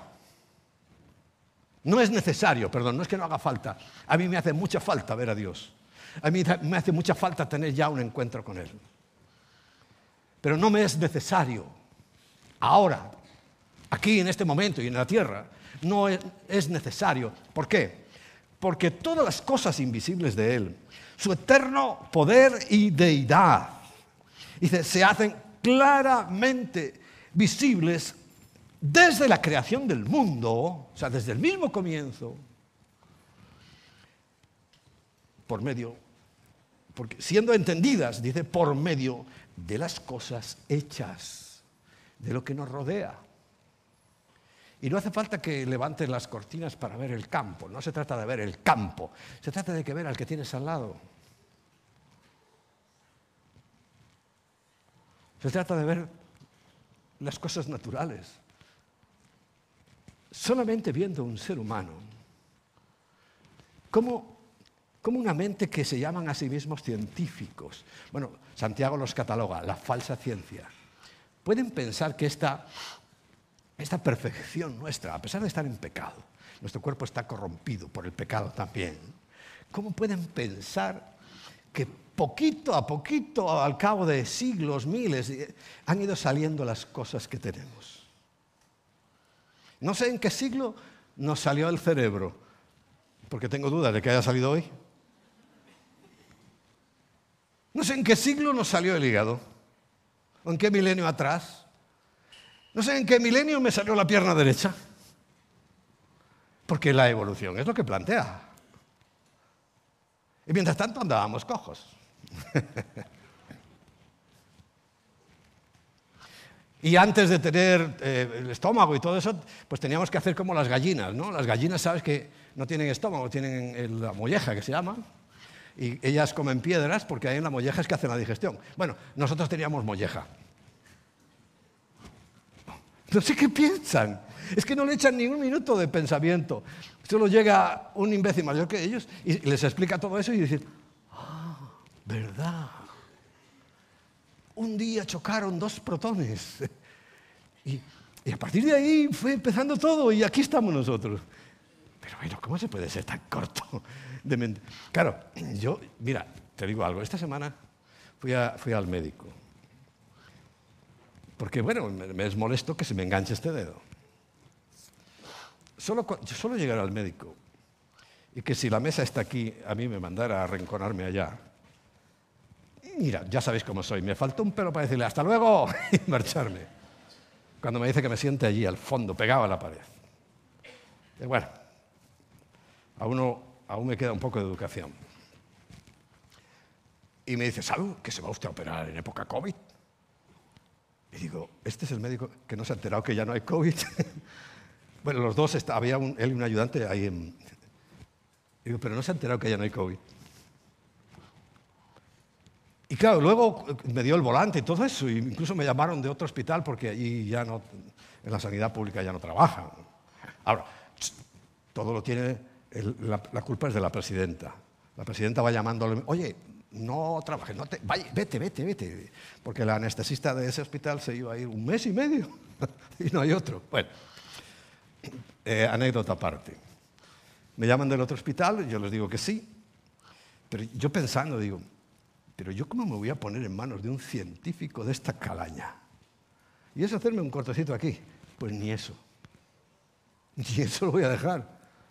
No es necesario, perdón, no es que no haga falta. A mí me hace mucha falta ver a Dios. A mí me hace mucha falta tener ya un encuentro con Él. Pero no me es necesario. Ahora, aquí en este momento y en la tierra, no es necesario. ¿Por qué? Porque todas las cosas invisibles de Él, su eterno poder y deidad, dice, se hacen claramente visibles desde la creación del mundo, o sea, desde el mismo comienzo, porque siendo entendidas, dice, por medio de las cosas hechas, de lo que nos rodea. Y no hace falta que levantes las cortinas para ver el campo, no se trata de ver el campo, se trata de que ver al que tienes al lado. Se trata de ver las cosas naturales. Solamente viendo un ser humano, ¿Cómo una mente que se llaman a sí mismos científicos? Bueno, Santiago los cataloga, la falsa ciencia. Pueden pensar que esta perfección nuestra, a pesar de estar en pecado, nuestro cuerpo está corrompido por el pecado también. ¿Cómo pueden pensar que poquito a poquito, al cabo de siglos, miles, han ido saliendo las cosas que tenemos? No sé en qué siglo nos salió el cerebro, porque tengo dudas de que haya salido hoy. No sé en qué siglo nos salió el hígado, o en qué milenio atrás. No sé en qué milenio me salió la pierna derecha, porque la evolución es lo que plantea. Y mientras tanto andábamos cojos. Y antes de tener el estómago y todo eso, pues teníamos que hacer como las gallinas, ¿no? Las gallinas, sabes que no tienen estómago, tienen la molleja, que se llama, y ellas comen piedras porque ahí en la molleja es que hacen la digestión. Bueno, nosotros teníamos molleja. No sé qué piensan. Es que no le echan ni un minuto de pensamiento. Solo llega un imbécil mayor que ellos y les explica todo eso y dicen, ¿verdad? Un día chocaron dos protones. Y a partir de ahí fue empezando todo y aquí estamos nosotros. Pero bueno, ¿cómo se puede ser tan corto de mente? Claro, mira, te digo algo. Esta semana fui al médico. Porque, bueno, me es molesto que se me enganche este dedo. Solo llegar al médico y que si la mesa está aquí, a mí me mandara a arrinconarme allá. Mira, ya sabéis cómo soy. Me faltó un pelo para decirle hasta luego y marcharme. Cuando me dice que me siente allí, al fondo, pegado a la pared. Y bueno, aún me queda un poco de educación. Y me dice, ¿sabe que se va usted a operar en época COVID? Y digo, ¿este es el médico que no se ha enterado que ya no hay COVID? Bueno, los dos, había él y un ayudante ahí en... Digo, pero no se ha enterado que ya no hay COVID. Y claro, luego me dio el volante y todo eso, y incluso me llamaron de otro hospital porque allí ya no, en la sanidad pública ya no trabajan. Ahora, todo lo tiene, la culpa es de la presidenta. La presidenta va llamándole, oye, no trabajes, vete, porque la anestesista de ese hospital se iba a ir 1 mes y medio y no hay otro. Bueno, anécdota aparte. Me llaman del otro hospital, yo les digo que sí, pero yo pensando digo, pero yo cómo me voy a poner en manos de un científico de esta calaña. Y es hacerme un cortecito aquí. Pues ni eso lo voy a dejar.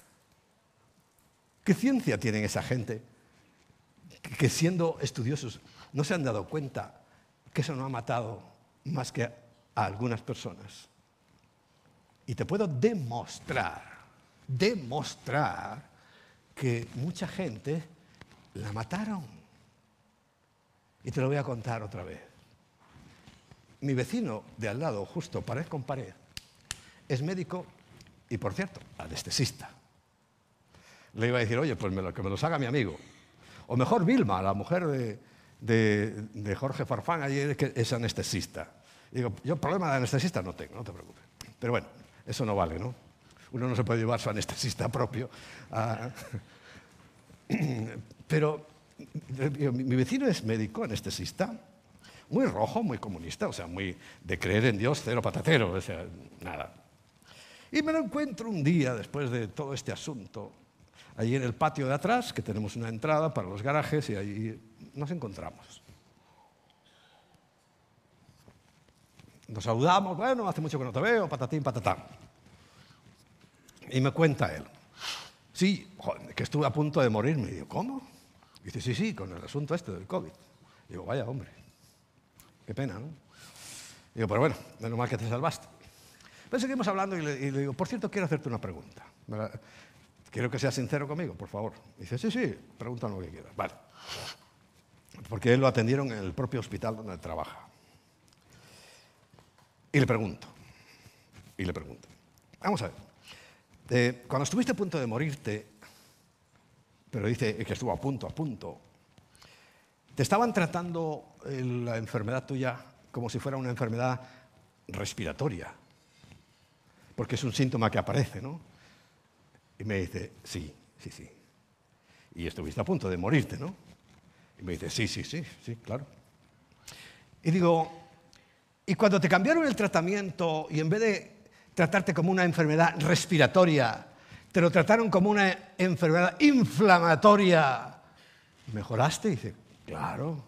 ¿Qué ciencia tienen esa gente que siendo estudiosos no se han dado cuenta que eso no ha matado más que a algunas personas? Y te puedo demostrar que mucha gente la mataron. Y te lo voy a contar otra vez. Mi vecino de al lado, justo pared con pared, es médico y, por cierto, anestesista. Le iba a decir, oye, pues que me los haga mi amigo. O mejor Vilma, la mujer de Jorge Farfán, ayer, que es anestesista. Y digo, yo problema de anestesista no tengo, no te preocupes. Pero bueno, eso no vale, ¿no? Uno no se puede llevar su anestesista propio. Pero mi vecino es médico, anestesista, muy rojo, muy comunista, o sea, muy de creer en Dios, cero patatero, o sea, nada. Y me lo encuentro un día, después de todo este asunto, allí en el patio de atrás, que tenemos una entrada para los garajes, y allí nos encontramos. Nos saludamos, bueno, hace mucho que no te veo, patatín, patatán. Y me cuenta él, sí, joder, que estuve a punto de morirme. Y digo, ¿cómo? Y dice, sí, con el asunto este del COVID. Y digo, vaya, hombre, qué pena, ¿no? Y digo, pero bueno, menos mal que te salvaste. Pero seguimos hablando y le digo, por cierto, quiero hacerte una pregunta. Quiero que seas sincero conmigo, por favor. Y dice, sí, pregúntame lo que quieras. Vale. Porque él lo atendieron en el propio hospital donde trabaja. Y le pregunto. Vamos a ver. Cuando estuviste a punto de morirte, pero dice que estuvo a punto, ¿te estaban tratando la enfermedad tuya como si fuera una enfermedad respiratoria? Porque es un síntoma que aparece, ¿no? Y me dice, sí. Y estuviste a punto de morirte, ¿no? Y me dice, sí, claro. Y digo, y cuando te cambiaron el tratamiento y en vez de tratarte como una enfermedad respiratoria, te lo trataron como una enfermedad inflamatoria, ¿mejoraste? Y dice, claro.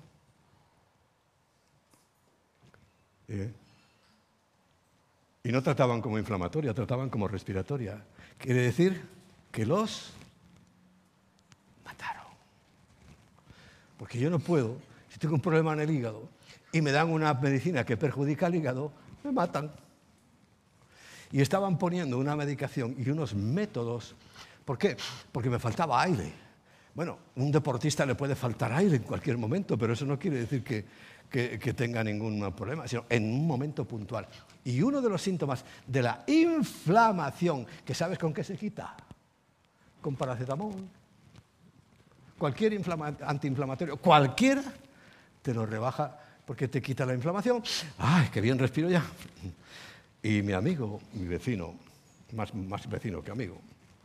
Y no trataban como inflamatoria, trataban como respiratoria. Quiere decir que los mataron. Porque yo no puedo, si tengo un problema en el hígado y me dan una medicina que perjudica el hígado, me matan. Y estaban poniendo una medicación y unos métodos. ¿Por qué? Porque me faltaba aire. Bueno, un deportista le puede faltar aire en cualquier momento, pero eso no quiere decir que tenga ningún problema, sino en un momento puntual. Y uno de los síntomas de la inflamación, que ¿sabes con qué se quita? Con paracetamol. Cualquier antiinflamatorio, cualquiera, te lo rebaja porque te quita la inflamación. ¡Ay, qué bien respiro ya! Y mi amigo, mi vecino, más vecino que amigo,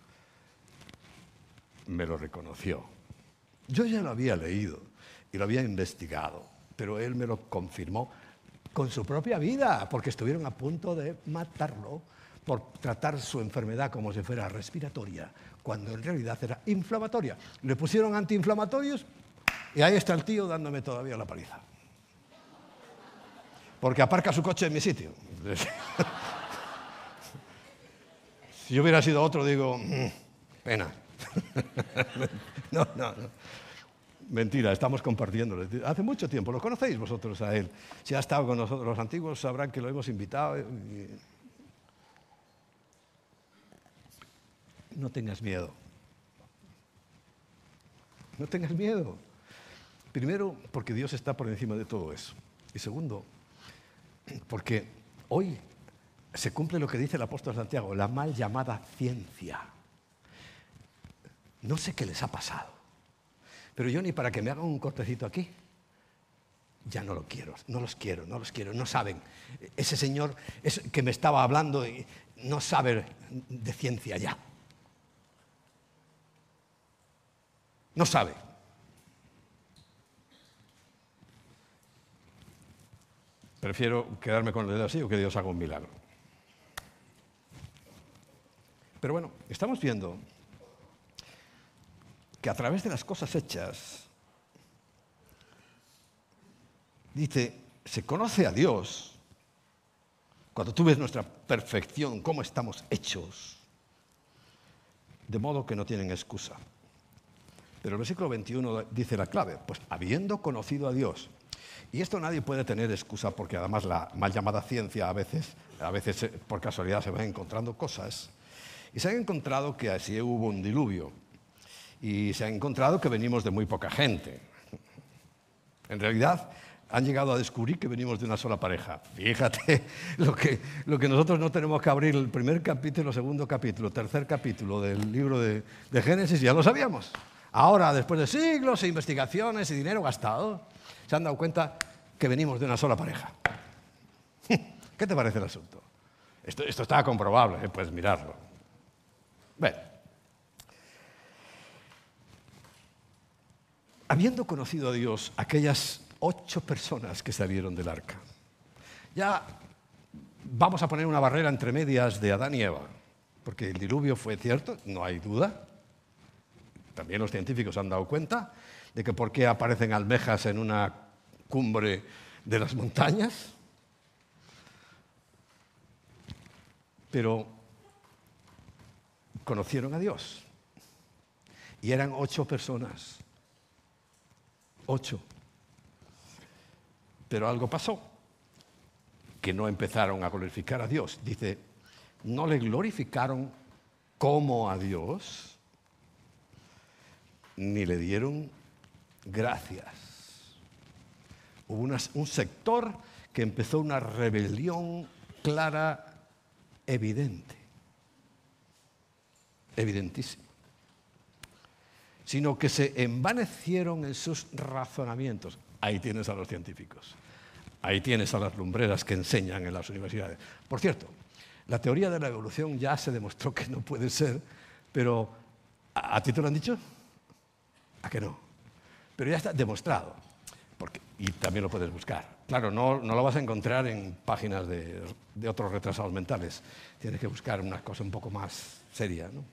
me lo reconoció. Yo ya lo había leído y lo había investigado, pero él me lo confirmó con su propia vida, porque estuvieron a punto de matarlo por tratar su enfermedad como si fuera respiratoria, cuando en realidad era inflamatoria. Le pusieron antiinflamatorios y ahí está el tío dándome todavía la paliza. Porque aparca su coche en mi sitio. Si yo hubiera sido otro, digo, pena. No. Mentira, estamos compartiendo. Hace mucho tiempo, ¿lo conocéis vosotros a él? Si ha estado con nosotros los antiguos, sabrán que lo hemos invitado. No tengas miedo. No tengas miedo. Primero, porque Dios está por encima de todo eso. Y segundo, porque hoy se cumple lo que dice el apóstol Santiago, la mal llamada ciencia. No sé qué les ha pasado, pero yo ni para que me hagan un cortecito aquí, ya no lo quiero, no los quiero, no saben. Ese señor que me estaba hablando no sabe de ciencia ya. No sabe. Prefiero quedarme con el dedo así o que Dios haga un milagro. Pero bueno, estamos viendo que a través de las cosas hechas, dice, se conoce a Dios cuando tú ves nuestra perfección, cómo estamos hechos, de modo que no tienen excusa. Pero el versículo 21 dice la clave, pues habiendo conocido a Dios. Y esto nadie puede tener excusa porque además la mal llamada ciencia a veces por casualidad se van encontrando cosas. Y se han encontrado que así hubo un diluvio. Y se ha encontrado que venimos de muy poca gente. En realidad, han llegado a descubrir que venimos de una sola pareja. Fíjate lo que nosotros no tenemos que abrir el primer capítulo, segundo capítulo, tercer capítulo del libro de Génesis, ya lo sabíamos. Ahora, después de siglos e investigaciones y dinero gastado, se han dado cuenta que venimos de una sola pareja. ¿Qué te parece el asunto? Esto está comprobable, puedes mirarlo. Bueno. Habiendo conocido a Dios, aquellas 8 personas que salieron del arca, ya vamos a poner una barrera entre medias de Adán y Eva, porque el diluvio fue cierto, no hay duda. También los científicos han dado cuenta de que por qué aparecen almejas en una cumbre de las montañas. Pero conocieron a Dios y eran 8 personas. 8. Pero algo pasó, que no empezaron a glorificar a Dios. Dice, no le glorificaron como a Dios, ni le dieron gracias. Hubo un sector que empezó una rebelión clara, evidente, evidentísima. Sino que se envanecieron en sus razonamientos. Ahí tienes a los científicos. Ahí tienes a las lumbreras que enseñan en las universidades. Por cierto, la teoría de la evolución ya se demostró que no puede ser, pero ¿a ti te lo han dicho? ¿A que no? Pero ya está demostrado. Y también lo puedes buscar. Claro, no lo vas a encontrar en páginas de otros retrasados mentales. Tienes que buscar una cosa un poco más seria, ¿no?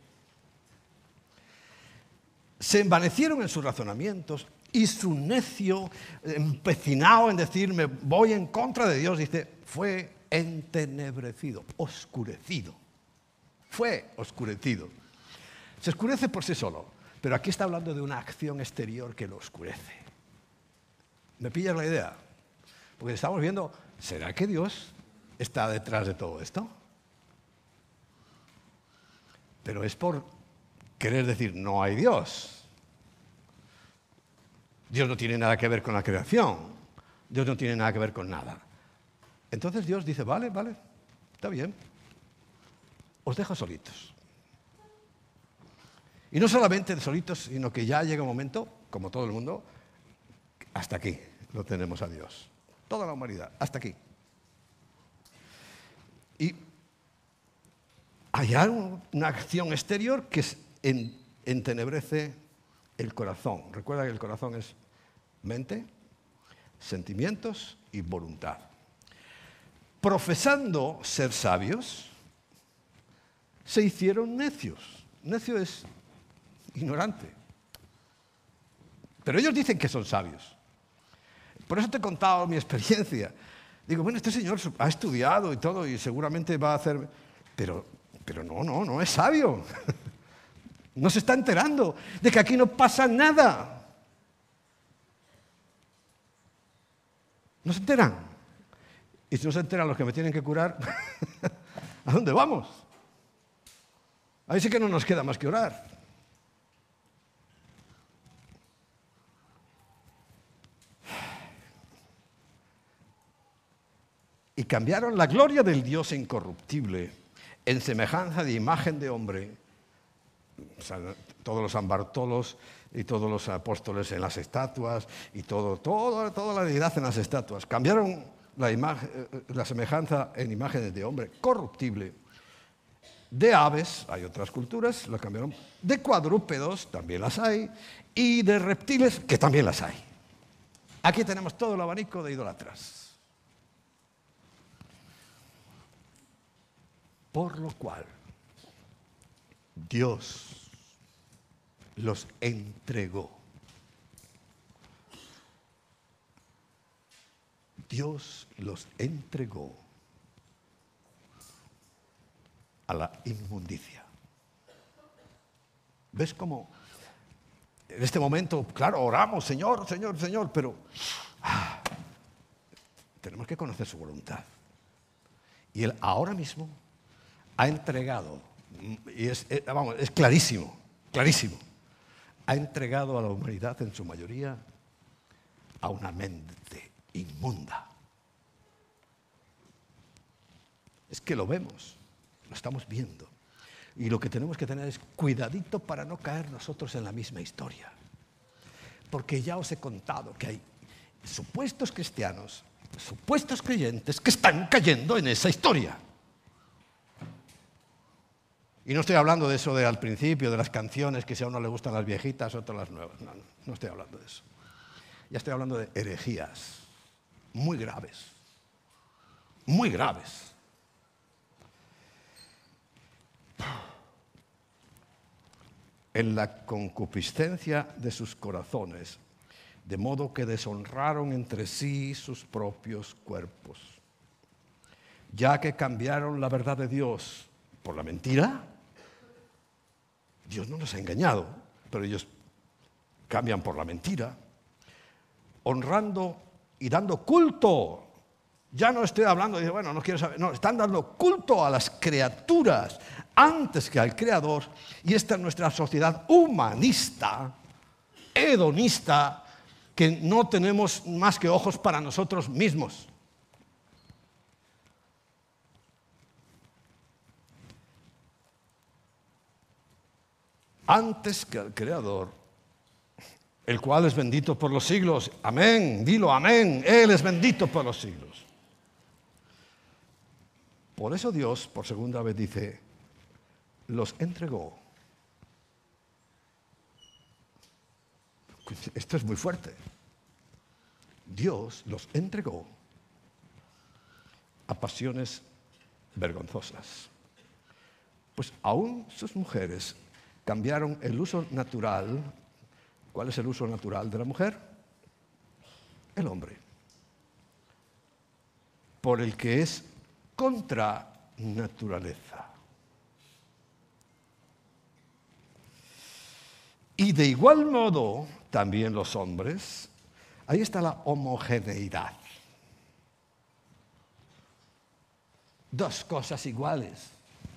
Se envanecieron en sus razonamientos y su necio, empecinado en decir, me voy en contra de Dios, dice, fue entenebrecido, oscurecido. Fue oscurecido. Se oscurece por sí solo, pero aquí está hablando de una acción exterior que lo oscurece. ¿Me pillas la idea? Porque estamos viendo, ¿será que Dios está detrás de todo esto? Pero es por querer decir, no hay Dios. Dios no tiene nada que ver con la creación. Dios no tiene nada que ver con nada. Entonces Dios dice, vale, está bien. Os dejo solitos. Y no solamente solitos, sino que ya llega un momento, como todo el mundo, hasta aquí lo tenemos a Dios. Toda la humanidad, hasta aquí. Y hay una acción exterior que entenebrece el corazón. Recuerda que el corazón es mente, sentimientos y voluntad. Profesando ser sabios, se hicieron necios. Necio es ignorante. Pero ellos dicen que son sabios. Por eso te he contado mi experiencia. Digo, bueno, este señor ha estudiado y todo y seguramente va a hacer... Pero no es sabio. No se está enterando de que aquí no pasa nada. No se enteran. Y si no se enteran los que me tienen que curar, ¿a dónde vamos? Ahí sí que no nos queda más que orar. Y cambiaron la gloria del Dios incorruptible en semejanza de imagen de hombre. O sea, todos los San Bartolos y todos los apóstoles en las estatuas y toda la deidad en las estatuas. Cambiaron la semejanza en imágenes de hombre corruptible. De aves, hay otras culturas, lo cambiaron. De cuadrúpedos, también las hay. Y de reptiles, que también las hay. Aquí tenemos todo el abanico de idólatras. Por lo cual, Dios los entregó. Dios los entregó a la inmundicia. ¿Ves cómo en este momento, claro, oramos, Señor, Señor, Señor, pero tenemos que conocer su voluntad? Y Él ahora mismo ha entregado, y es clarísimo, clarísimo, ha entregado a la humanidad en su mayoría a una mente inmunda. Es que lo vemos, lo estamos viendo. Y lo que tenemos que tener es cuidadito para no caer nosotros en la misma historia. Porque ya os he contado que hay supuestos cristianos, supuestos creyentes que están cayendo en esa historia. Y no estoy hablando de eso de al principio, de las canciones, que si a uno le gustan las viejitas, a otro las nuevas. No estoy hablando de eso. Ya estoy hablando de herejías muy graves. Muy graves. En la concupiscencia de sus corazones, de modo que deshonraron entre sí sus propios cuerpos, ya que cambiaron la verdad de Dios por la mentira. Dios no nos ha engañado, pero ellos cambian por la mentira, honrando y dando culto. Ya no estoy hablando de, bueno, no quiero saber, no, están dando culto a las criaturas antes que al Creador, y esta es nuestra sociedad humanista, hedonista, que no tenemos más que ojos para nosotros mismos. Antes que al Creador, el cual es bendito por los siglos. Amén, dilo, amén. Él es bendito por los siglos. Por eso Dios, por segunda vez, dice, los entregó Esto es muy fuerte. Dios los entregó a pasiones vergonzosas. Pues aún sus mujeres cambiaron el uso natural. ¿Cuál es el uso natural de la mujer? El hombre. Por el que es contra naturaleza. Y de igual modo, también los hombres, ahí está la homogeneidad. Dos cosas iguales.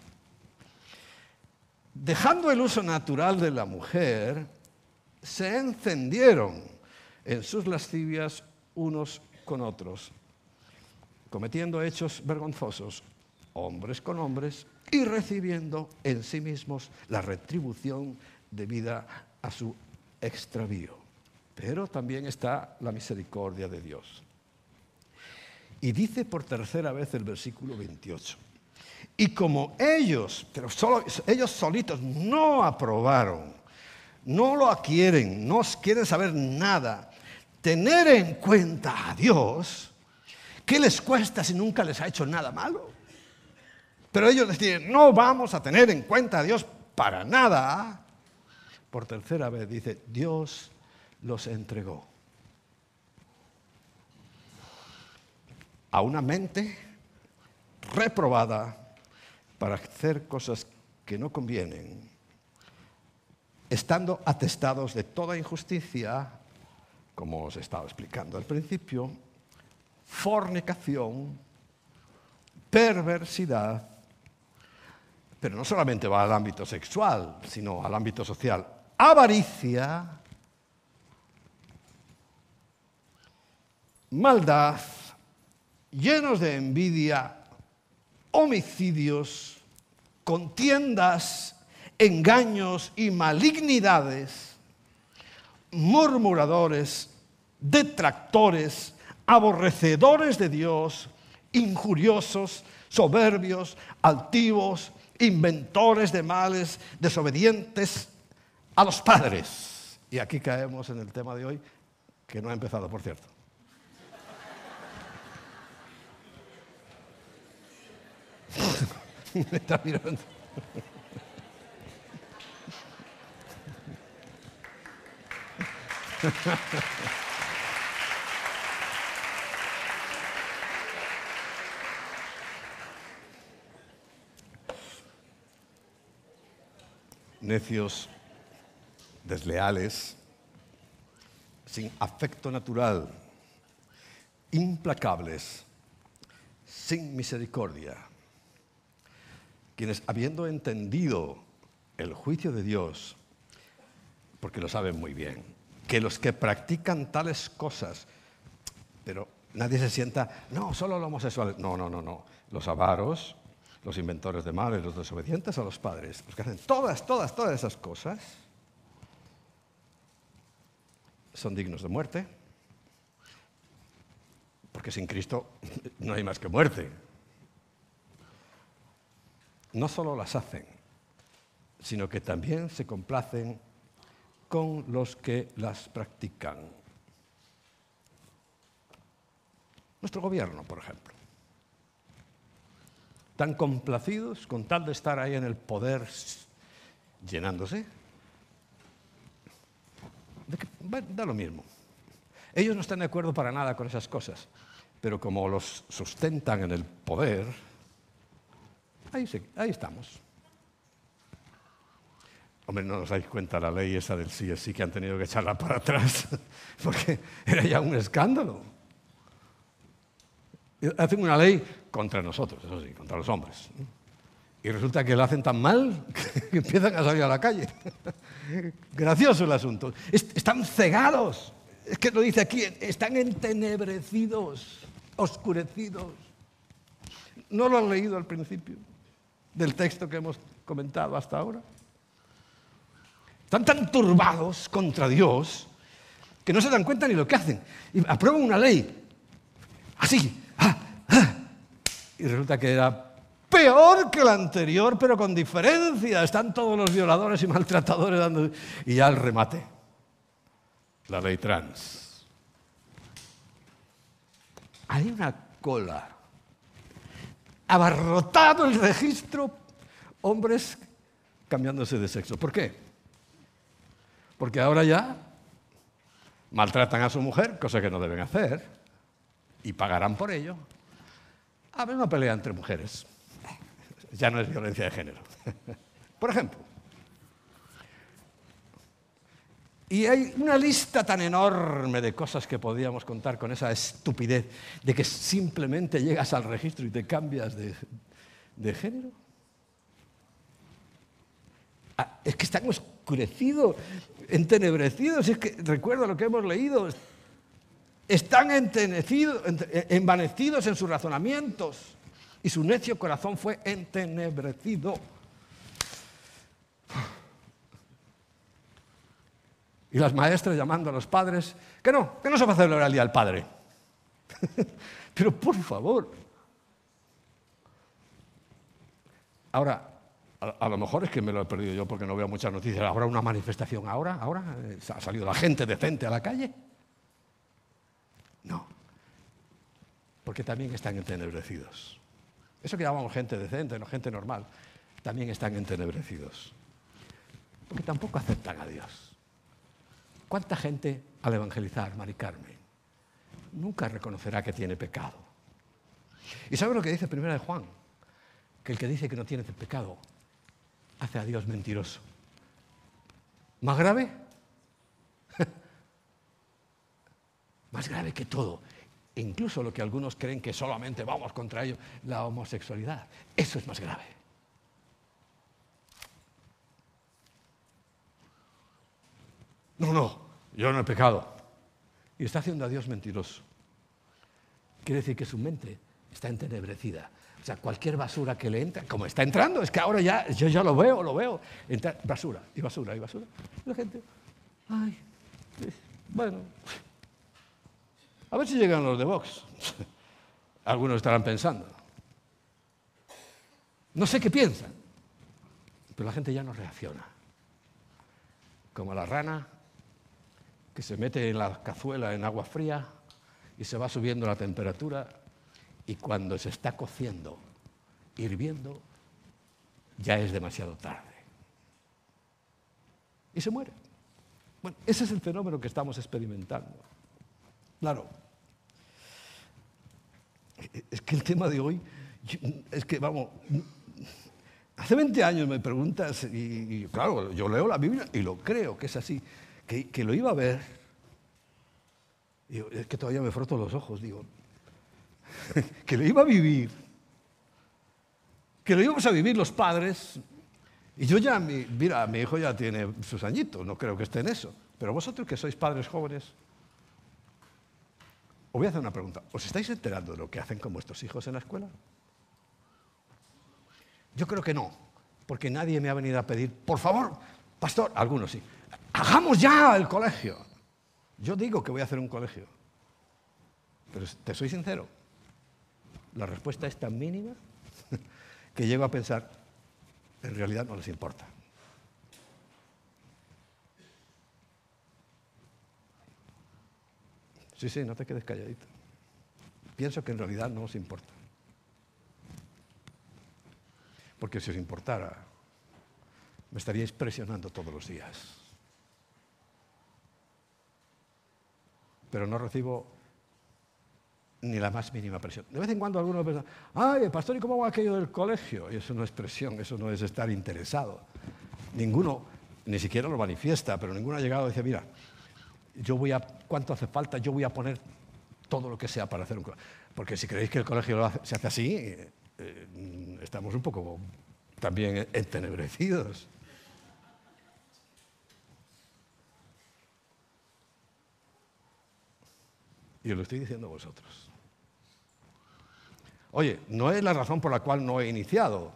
Dejando el uso natural de la mujer, se encendieron en sus lascivias unos con otros, cometiendo hechos vergonzosos, hombres con hombres, y recibiendo en sí mismos la retribución debida a su extravío. Pero también está la misericordia de Dios. Y dice por tercera vez el versículo 28. Y como ellos, pero solo ellos solitos no aprobaron, no lo quieren, no quieren saber nada, tener en cuenta a Dios, ¿qué les cuesta si nunca les ha hecho nada malo? Pero ellos deciden, no vamos a tener en cuenta a Dios para nada. Por tercera vez dice, Dios los entregó a una mente reprobada para hacer cosas que no convienen, estando atestados de toda injusticia, como os estaba explicando al principio, fornicación, perversidad, pero no solamente va al ámbito sexual, sino al ámbito social, avaricia, maldad, llenos de envidia, homicidios, contiendas, engaños y malignidades, murmuradores, detractores, aborrecedores de Dios, injuriosos, soberbios, altivos, inventores de males, desobedientes a los padres. Y aquí caemos en el tema de hoy, que no ha empezado, por cierto. Me está mirando. Necios, desleales, sin afecto natural, implacables, sin misericordia, quienes habiendo entendido el juicio de Dios, porque lo saben muy bien, que los que practican tales cosas, pero nadie se sienta, no, solo los homosexuales, no, los avaros, los inventores de males, los desobedientes a los padres, los que hacen todas esas cosas, son dignos de muerte, porque sin Cristo no hay más que muerte. No solo las hacen, sino que también se complacen con los que las practican. Nuestro gobierno, por ejemplo. Tan complacidos con tal de estar ahí en el poder llenándose. Da lo mismo. Ellos no están de acuerdo para nada con esas cosas, pero como los sustentan en el poder, ahí estamos. Hombre, no os dais cuenta la ley esa del sí es sí, que han tenido que echarla para atrás, porque era ya un escándalo. Hacen una ley contra nosotros, eso sí, contra los hombres. Y resulta que la hacen tan mal que empiezan a salir a la calle. Gracioso el asunto. Están cegados. Es que lo dice aquí, están entenebrecidos, oscurecidos. ¿No lo han leído al principio del texto que hemos comentado hasta ahora? Están tan turbados contra Dios que no se dan cuenta ni lo que hacen. Y aprueban una ley así. Y resulta que era peor que la anterior, pero con diferencia. Están todos los violadores y maltratadores dando... Y ya el remate. la ley trans. Hay una cola. Abarrotado el registro, hombres cambiándose de sexo. ¿Por qué? Porque ahora ya maltratan a su mujer, cosa que no deben hacer, y pagarán por ello. A ver, una pelea entre mujeres. Ya no es violencia de género. Por ejemplo. Y hay una lista tan enorme de cosas que podríamos contar con esa estupidez de que simplemente llegas al registro y te cambias de género. Es que están oscurecidos, entenebrecidos. Es que recuerdo lo que hemos leído. Están envanecidos en sus razonamientos y su necio corazón fue entenebrecido. Y las maestras llamando a los padres, que no se va a celebrar el Día del Padre. Pero por favor. Ahora, a lo mejor es que me lo he perdido yo porque no veo muchas noticias. ¿Habrá una manifestación ahora? ¿Ha salido la gente decente a la calle? No. Porque también están entenebrecidos. Eso que llamamos gente decente, no gente normal, también están entenebrecidos. Porque tampoco aceptan a Dios. ¿Cuánta gente al evangelizar, Mari Carmen, nunca reconocerá que tiene pecado? ¿Y sabe lo que dice Primera de Juan? Que el que dice que no tiene pecado hace a Dios mentiroso. ¿Más grave? Más grave que todo. Incluso lo que algunos creen que solamente vamos contra ello, la homosexualidad. Eso es más grave. No, yo no he pecado. Y está haciendo a Dios mentiroso. Quiere decir que su mente está entenebrecida. O sea, cualquier basura que le entra, como está entrando, es que ahora yo ya lo veo. Entra basura, y basura, y basura. Y la gente, bueno, a ver si llegan los de Vox. Algunos estarán pensando. No sé qué piensan, pero la gente ya no reacciona. Como la rana que se mete en la cazuela en agua fría y se va subiendo la temperatura y cuando se está cociendo, hirviendo, ya es demasiado tarde. Y se muere. Bueno, ese es el fenómeno que estamos experimentando. Claro. Es que el tema de hoy, es que vamos, hace 20 años me preguntas y claro, yo leo la Biblia y lo creo que es así. Que lo iba a ver, digo, es que todavía me froto los ojos, digo, que lo iba a vivir, que lo íbamos a vivir los padres, y yo ya, mira, mi hijo ya tiene sus añitos, no creo que esté en eso, pero vosotros que sois padres jóvenes, os voy a hacer una pregunta, ¿os estáis enterando de lo que hacen con vuestros hijos en la escuela? Yo creo que no, porque nadie me ha venido a pedir, por favor, pastor, algunos sí, hagamos ya el colegio. Yo digo que voy a hacer un colegio. Pero te soy sincero, la respuesta es tan mínima que llego a pensar, en realidad no les importa. Sí, no te quedes calladito. Pienso que en realidad no os importa. Porque si os importara, me estaríais presionando todos los días. Pero no recibo ni la más mínima presión. De vez en cuando algunos piensan, pastor, ¿y cómo va aquello del colegio? Y eso no es presión, eso no es estar interesado. Ninguno, ni siquiera lo manifiesta, pero ninguno ha llegado y dice, mira, ¿cuánto hace falta? Yo voy a poner todo lo que sea para hacer un colegio. Porque si creéis que el colegio se hace así, estamos un poco también entenebrecidos. Y os lo estoy diciendo a vosotros. Oye, no es la razón por la cual no he iniciado.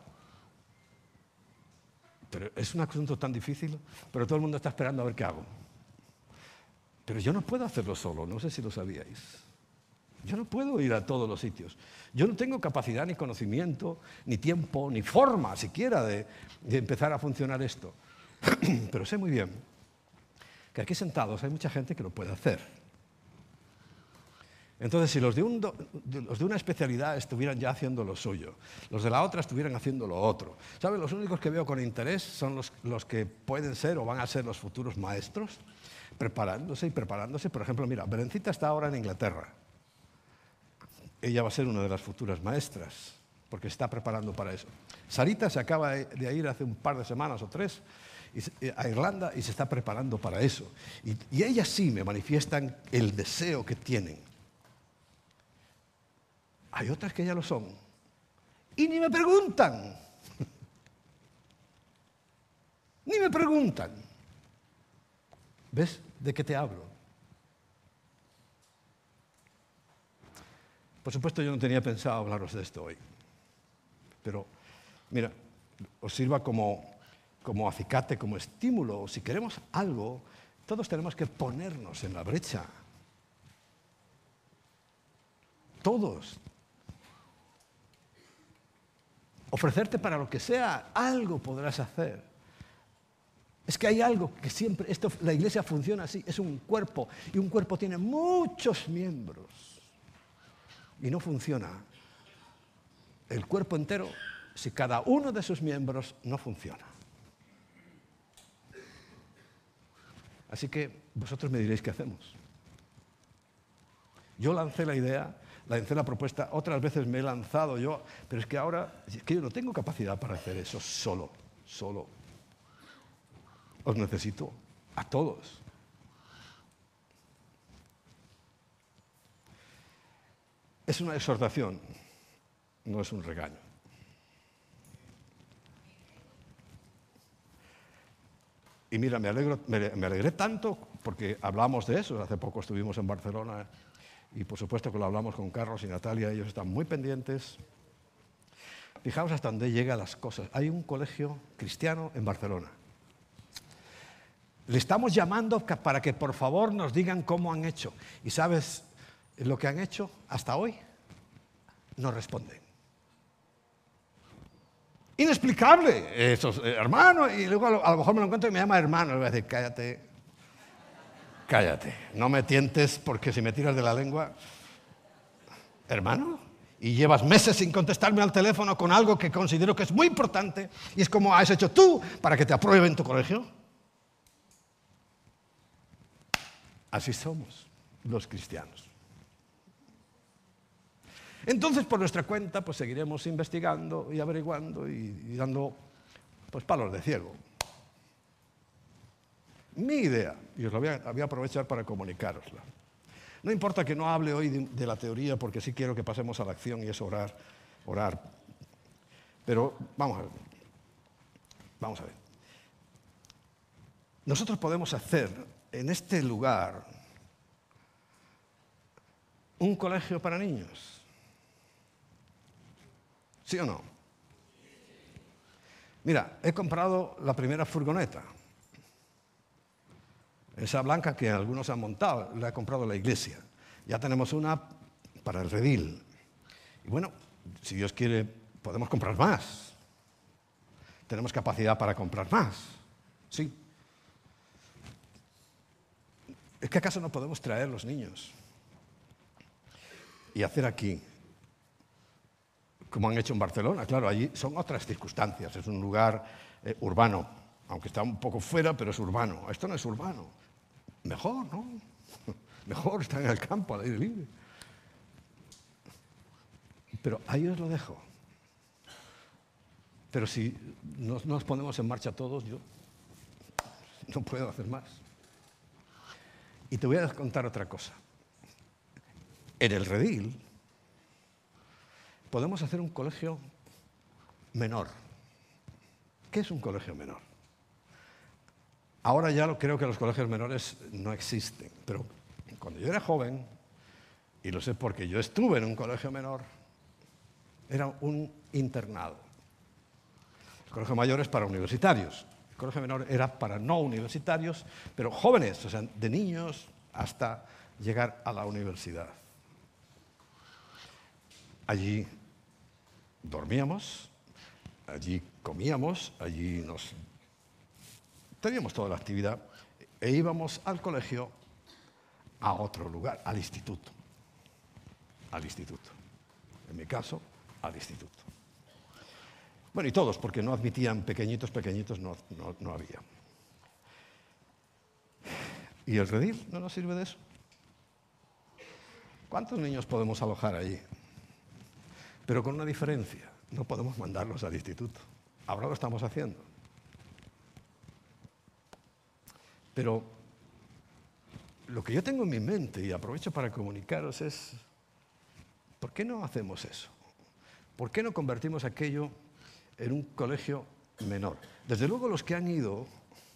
Pero es un asunto tan difícil, pero todo el mundo está esperando a ver qué hago. Pero yo no puedo hacerlo solo, no sé si lo sabíais. Yo no puedo ir a todos los sitios. Yo no tengo capacidad, ni conocimiento, ni tiempo, ni forma siquiera de empezar a funcionar esto. Pero sé muy bien que aquí sentados hay mucha gente que lo puede hacer. Entonces, si los de una especialidad estuvieran ya haciendo lo suyo, los de la otra estuvieran haciendo lo otro, ¿saben? Los únicos que veo con interés son los que pueden ser o van a ser los futuros maestros, preparándose y preparándose. Por ejemplo, mira, Belencita está ahora en Inglaterra. Ella va a ser una de las futuras maestras, porque se está preparando para eso. Sarita se acaba de ir hace un par de semanas o 3 a Irlanda y se está preparando para eso. Y ellas sí me manifiestan el deseo que tienen. Hay otras que ya lo son. Y ni me preguntan. Ni me preguntan. ¿Ves de qué te hablo? Por supuesto, yo no tenía pensado hablaros de esto hoy. Pero, mira, os sirva como acicate, como estímulo. Si queremos algo, todos tenemos que ponernos en la brecha. Todos. Ofrecerte para lo que sea, algo podrás hacer. Es que hay algo que siempre, la iglesia funciona así, es un cuerpo, y un cuerpo tiene muchos miembros. Y no funciona el cuerpo entero si cada uno de sus miembros no funciona. Así que vosotros me diréis qué hacemos. Yo lancé la idea, lancé la propuesta, otras veces me he lanzado yo, pero es que ahora yo no tengo capacidad para hacer eso solo. Os necesito a todos. Es una exhortación, no es un regaño. Y mira, me alegré tanto porque hablamos de eso. Hace poco estuvimos en Barcelona y por supuesto que lo hablamos con Carlos y Natalia. Ellos están muy pendientes. Fijaos hasta dónde llegan las cosas. Hay un colegio cristiano en Barcelona. Le estamos llamando para que por favor nos digan cómo han hecho. ¿Y sabes lo que han hecho hasta hoy? No responden. Inexplicable, eso, hermano, y luego a lo mejor me lo encuentro y me llama hermano, le voy a decir, cállate, no me tientes porque si me tiras de la lengua, hermano, y llevas meses sin contestarme al teléfono con algo que considero que es muy importante y es como has hecho tú para que te aprueben tu colegio. Así somos los cristianos. Entonces, por nuestra cuenta, pues seguiremos investigando y averiguando y dando pues, palos de ciego. Mi idea, y os la voy a aprovechar para comunicárosla. No importa que no hable hoy de la teoría, porque sí quiero que pasemos a la acción y es orar. Pero vamos a ver. Nosotros podemos hacer en este lugar un colegio para niños. ¿Sí o no? Mira, he comprado la primera furgoneta. Esa blanca que algunos han montado, la he comprado la iglesia. Ya tenemos una para el redil. Y bueno, si Dios quiere, podemos comprar más. Tenemos capacidad para comprar más. Sí. ¿Es que acaso no podemos traer los niños y hacer aquí, como han hecho en Barcelona? Claro, allí son otras circunstancias, es un lugar urbano, aunque está un poco fuera, pero es urbano. Esto no es urbano. Mejor, ¿no? Mejor estar en el campo, al aire libre. Pero ahí os lo dejo. Pero si no nos ponemos en marcha todos, yo no puedo hacer más. Y te voy a contar otra cosa. En el redil podemos hacer un colegio menor. ¿Qué es un colegio menor? Ahora ya creo que los colegios menores no existen, pero cuando yo era joven, y lo sé porque yo estuve en un colegio menor, era un internado. El colegio mayor es para universitarios. El colegio menor era para no universitarios, pero jóvenes, o sea, de niños hasta llegar a la universidad. Allí dormíamos, allí comíamos, allí teníamos toda la actividad. e íbamos al colegio a otro lugar, al instituto. Al instituto. En mi caso, al instituto. Bueno, y todos, porque no admitían pequeñitos, no había. ¿Y el redil no nos sirve de eso? ¿Cuántos niños podemos alojar allí? Pero con una diferencia, no podemos mandarlos al instituto. Ahora lo estamos haciendo. Pero lo que yo tengo en mi mente, y aprovecho para comunicaros, es ¿por qué no hacemos eso? ¿Por qué no convertimos aquello en un colegio menor? Desde luego los que han ido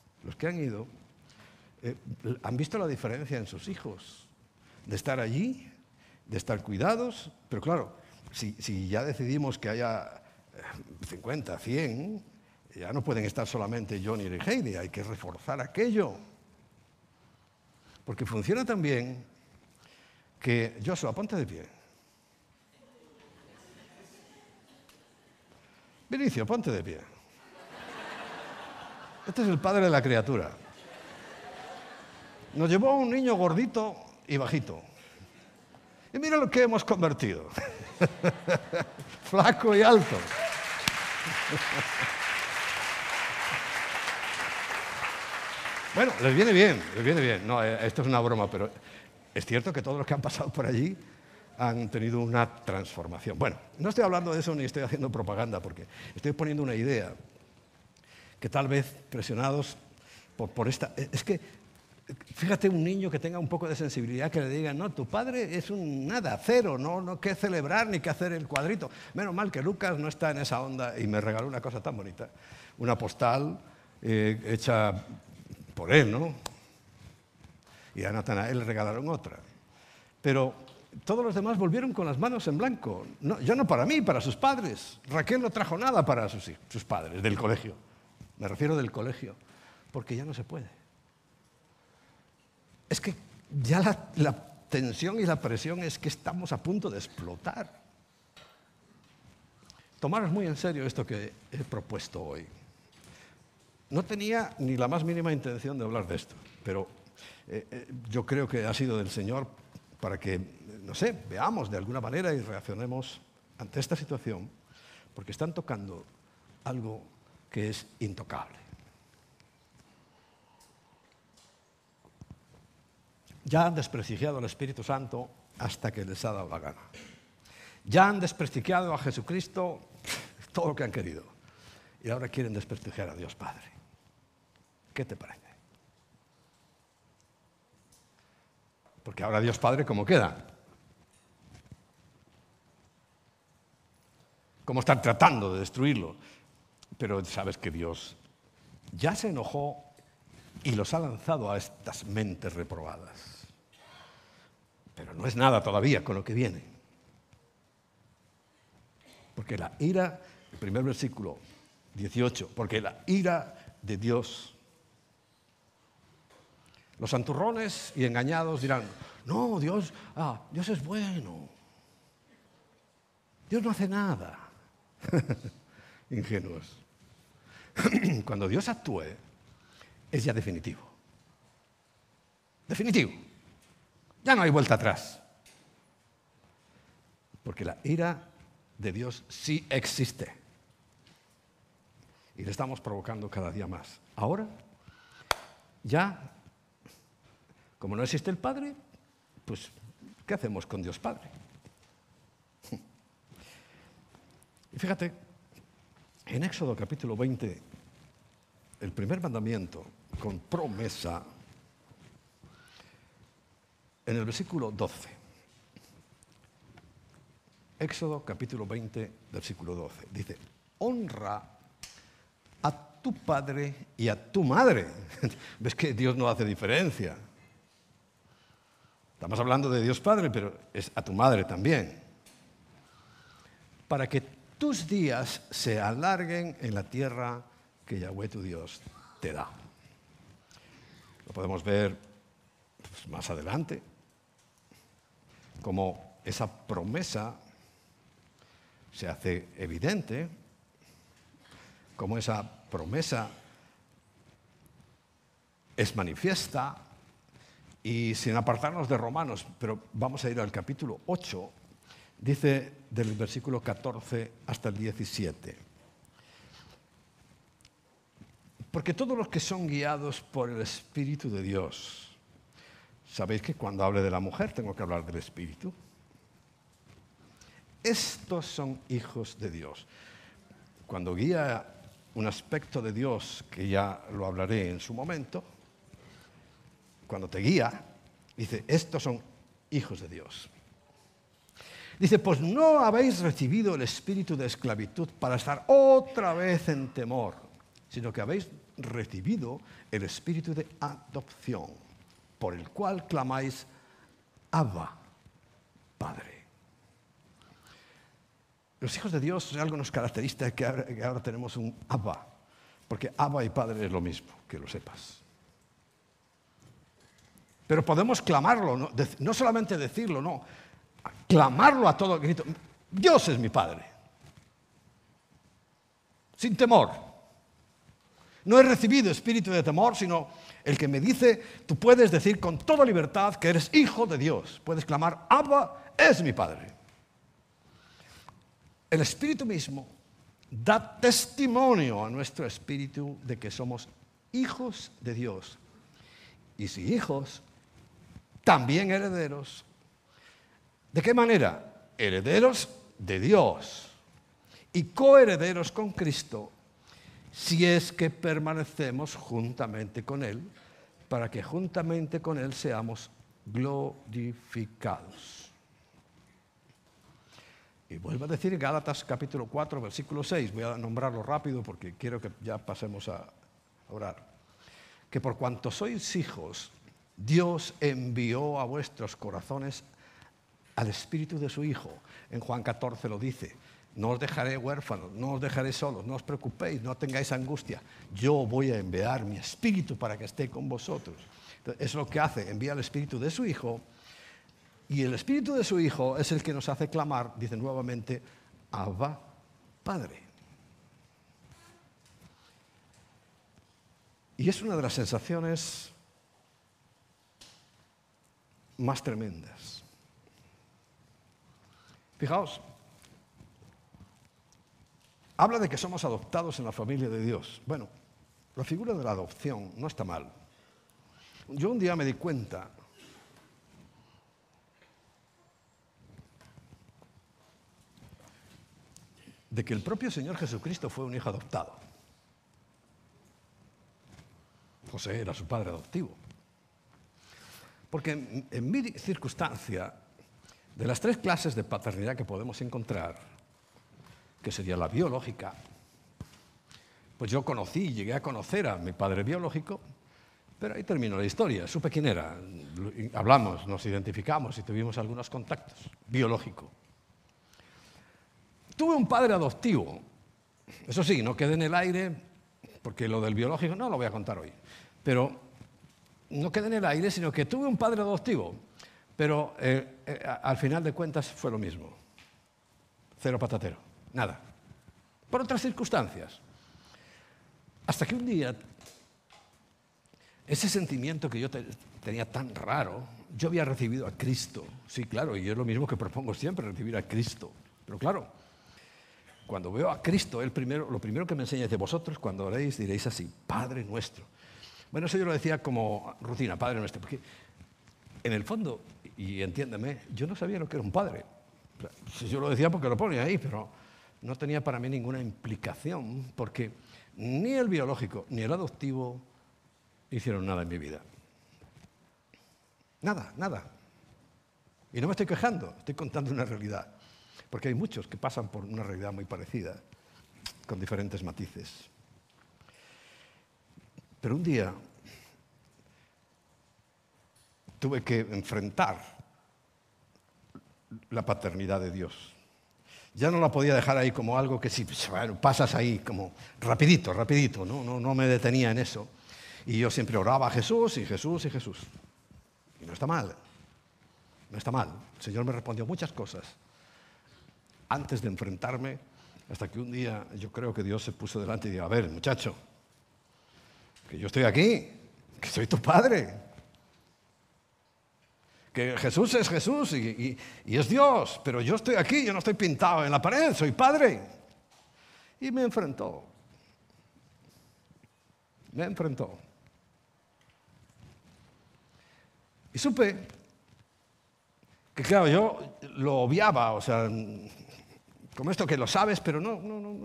han visto la diferencia en sus hijos, de estar allí, de estar cuidados, pero claro, si ya decidimos que haya 50, 100, ya no pueden estar solamente Johnny y Heidi, hay que reforzar aquello. Porque funciona tan bien que, Joshua, ponte de pie. Vinicio, ponte de pie. Este es el padre de la criatura. Nos llevó un niño gordito y bajito. Y mira lo que hemos convertido. Flaco y alto. Bueno, les viene bien, les viene bien. No, esto es una broma, pero es cierto que todos los que han pasado por allí han tenido una transformación. Bueno, no estoy hablando de eso ni estoy haciendo propaganda, porque estoy poniendo una idea que tal vez presionados por esta... Es que, fíjate, un niño que tenga un poco de sensibilidad, que le diga, no, tu padre es un nada, cero, no que celebrar ni que hacer el cuadrito. Menos mal que Lucas no está en esa onda y me regaló una cosa tan bonita, una postal hecha por él, ¿no? Y a Natanael le regalaron otra. Pero todos los demás volvieron con las manos en blanco. No, ya no para mí, para sus padres. Raquel no trajo nada para sus padres del colegio. Me refiero del colegio, porque ya no se puede. Es que ya la tensión y la presión es que estamos a punto de explotar. Tomaros muy en serio esto que he propuesto hoy. No tenía ni la más mínima intención de hablar de esto, pero yo creo que ha sido del Señor para que, no sé, veamos de alguna manera y reaccionemos ante esta situación, porque están tocando algo que es intocable. Ya han desprestigiado al Espíritu Santo hasta que les ha dado la gana. Ya han desprestigiado a Jesucristo todo lo que han querido. Y ahora quieren desprestigiar a Dios Padre. ¿Qué te parece? Porque ahora Dios Padre, ¿cómo queda? ¿Cómo están tratando de destruirlo? Pero sabes que Dios ya se enojó y los ha lanzado a estas mentes reprobadas. Pero no es nada todavía con lo que viene. Porque la ira, el primer versículo 18, porque la ira de Dios. Los santurrones y engañados dirán, no, Dios es bueno. Dios no hace nada. Ingenuos. Cuando Dios actúe, es ya definitivo. Definitivo. Ya no hay vuelta atrás. Porque la ira de Dios sí existe. Y le estamos provocando cada día más. Ahora, ya, como no existe el Padre, pues, ¿qué hacemos con Dios Padre? Y fíjate, en Éxodo capítulo 20, el primer mandamiento con promesa, en el versículo 12. Éxodo capítulo 20, versículo 12. Dice, honra a tu padre y a tu madre. ¿Ves que Dios no hace diferencia? Estamos hablando de Dios Padre, pero es a tu madre también. Para que tus días se alarguen en la tierra que Yahweh tu Dios te da. Lo podemos ver pues, más adelante, como esa promesa se hace evidente, como esa promesa es manifiesta, y sin apartarnos de Romanos, pero vamos a ir al capítulo 8, dice del versículo 14 hasta el 17. Porque todos los que son guiados por el Espíritu de Dios, sabéis que cuando hable de la mujer tengo que hablar del Espíritu. Estos son hijos de Dios. Cuando guía un aspecto de Dios, que ya lo hablaré en su momento, cuando te guía, dice, estos son hijos de Dios. Dice, pues no habéis recibido el espíritu de esclavitud para estar otra vez en temor, sino que habéis recibido el espíritu de adopción, por el cual clamáis, Abba, Padre. Los hijos de Dios, algo nos caracteriza que ahora tenemos un Abba, porque Abba y Padre es lo mismo, que lo sepas. Pero podemos clamarlo, no solamente decirlo, no, clamarlo a todo grito. Dios es mi Padre. Sin temor. No he recibido espíritu de temor, sino el que me dice, tú puedes decir con toda libertad que eres hijo de Dios. Puedes clamar, Abba es mi Padre. El Espíritu mismo da testimonio a nuestro espíritu de que somos hijos de Dios. Y si hijos, también herederos. ¿De qué manera? Herederos de Dios y coherederos con Cristo, si es que permanecemos juntamente con Él, para que juntamente con Él seamos glorificados. Y vuelvo a decir en Gálatas capítulo 4, versículo 6, voy a nombrarlo rápido porque quiero que ya pasemos a orar, que por cuanto sois hijos, Dios envió a vuestros corazones al Espíritu de su Hijo. En Juan 14 lo dice, no os dejaré huérfanos, no os dejaré solos, no os preocupéis, no tengáis angustia. Yo voy a enviar mi Espíritu para que esté con vosotros. Entonces, es lo que hace, envía el Espíritu de su Hijo, y el Espíritu de su Hijo es el que nos hace clamar, dice nuevamente, Abba, Padre. Y es una de las sensaciones más tremendas. Fijaos, habla de que somos adoptados en la familia de Dios. Bueno, la figura de la adopción no está mal. Yo un día me di cuenta de que el propio Señor Jesucristo fue un hijo adoptado. José era su padre adoptivo. Porque en mi circunstancia, de las 3 clases de paternidad que podemos encontrar, que sería la biológica, pues yo llegué a conocer a mi padre biológico, pero ahí terminó la historia. Supe quién era, hablamos, nos identificamos y tuvimos algunos contactos. Biológico. Tuve un padre adoptivo. Eso sí, no quedé en el aire, porque lo del biológico no lo voy a contar hoy. Pero no quedé en el aire, sino que tuve un padre adoptivo. Pero al final de cuentas fue lo mismo. Cero patatero, nada. Por otras circunstancias. Hasta que un día, ese sentimiento que yo tenía tan raro, yo había recibido a Cristo. Sí, claro, y es lo mismo que propongo siempre, recibir a Cristo. Pero claro, cuando veo a Cristo, lo primero que me enseña es de vosotros, cuando oréis, diréis así, Padre nuestro. Bueno, eso yo lo decía como rutina, Padre nuestro, porque en el fondo, y entiéndeme, yo no sabía lo que era un padre. O sea, yo lo decía porque lo ponía ahí, pero no tenía para mí ninguna implicación, porque ni el biológico ni el adoptivo hicieron nada en mi vida. Nada, nada. Y no me estoy quejando, estoy contando una realidad. Porque hay muchos que pasan por una realidad muy parecida, con diferentes matices. Pero un día tuve que enfrentar la paternidad de Dios. Ya no la podía dejar ahí como algo que si bueno, pasas ahí como rapidito, no me detenía en eso. Y yo siempre oraba a Jesús y Jesús y Jesús. Y no está mal, no está mal. El Señor me respondió muchas cosas antes de enfrentarme, hasta que un día yo creo que Dios se puso delante y dijo, a ver, muchacho, que yo estoy aquí, que soy tu padre. Que Jesús es Jesús y es Dios, pero yo estoy aquí, yo no estoy pintado en la pared, soy padre. Y me enfrentó. Y supe que, claro, yo lo obviaba, o sea, como esto que lo sabes, pero no.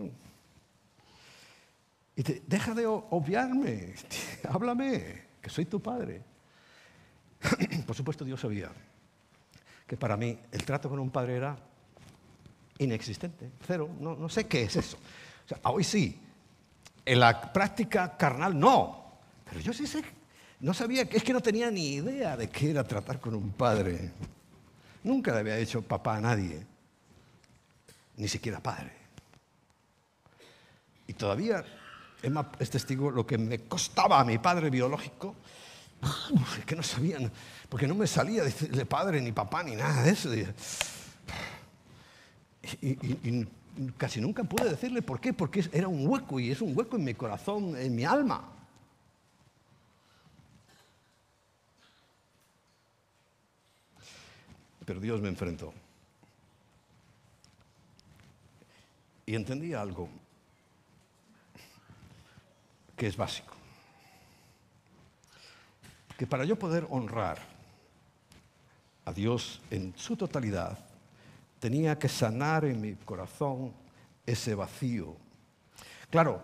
Y deja de obviarme, háblame, que soy tu padre. Por supuesto, Dios sabía que para mí el trato con un padre era inexistente, cero, no sé qué es eso. O sea, hoy sí, en la práctica carnal no, pero yo sí sé, no sabía, es que no tenía ni idea de qué era tratar con un padre. Nunca le había dicho papá a nadie, ni siquiera padre. Y todavía Emma es testigo lo que me costaba a mi padre biológico. Es que no sabían, porque no me salía decirle padre, ni papá, ni nada de eso. Y casi nunca pude decirle por qué, porque era un hueco, y es un hueco en mi corazón, en mi alma. Pero Dios me enfrentó. Y entendí algo que es básico. Que para yo poder honrar a Dios en su totalidad, tenía que sanar en mi corazón ese vacío. Claro,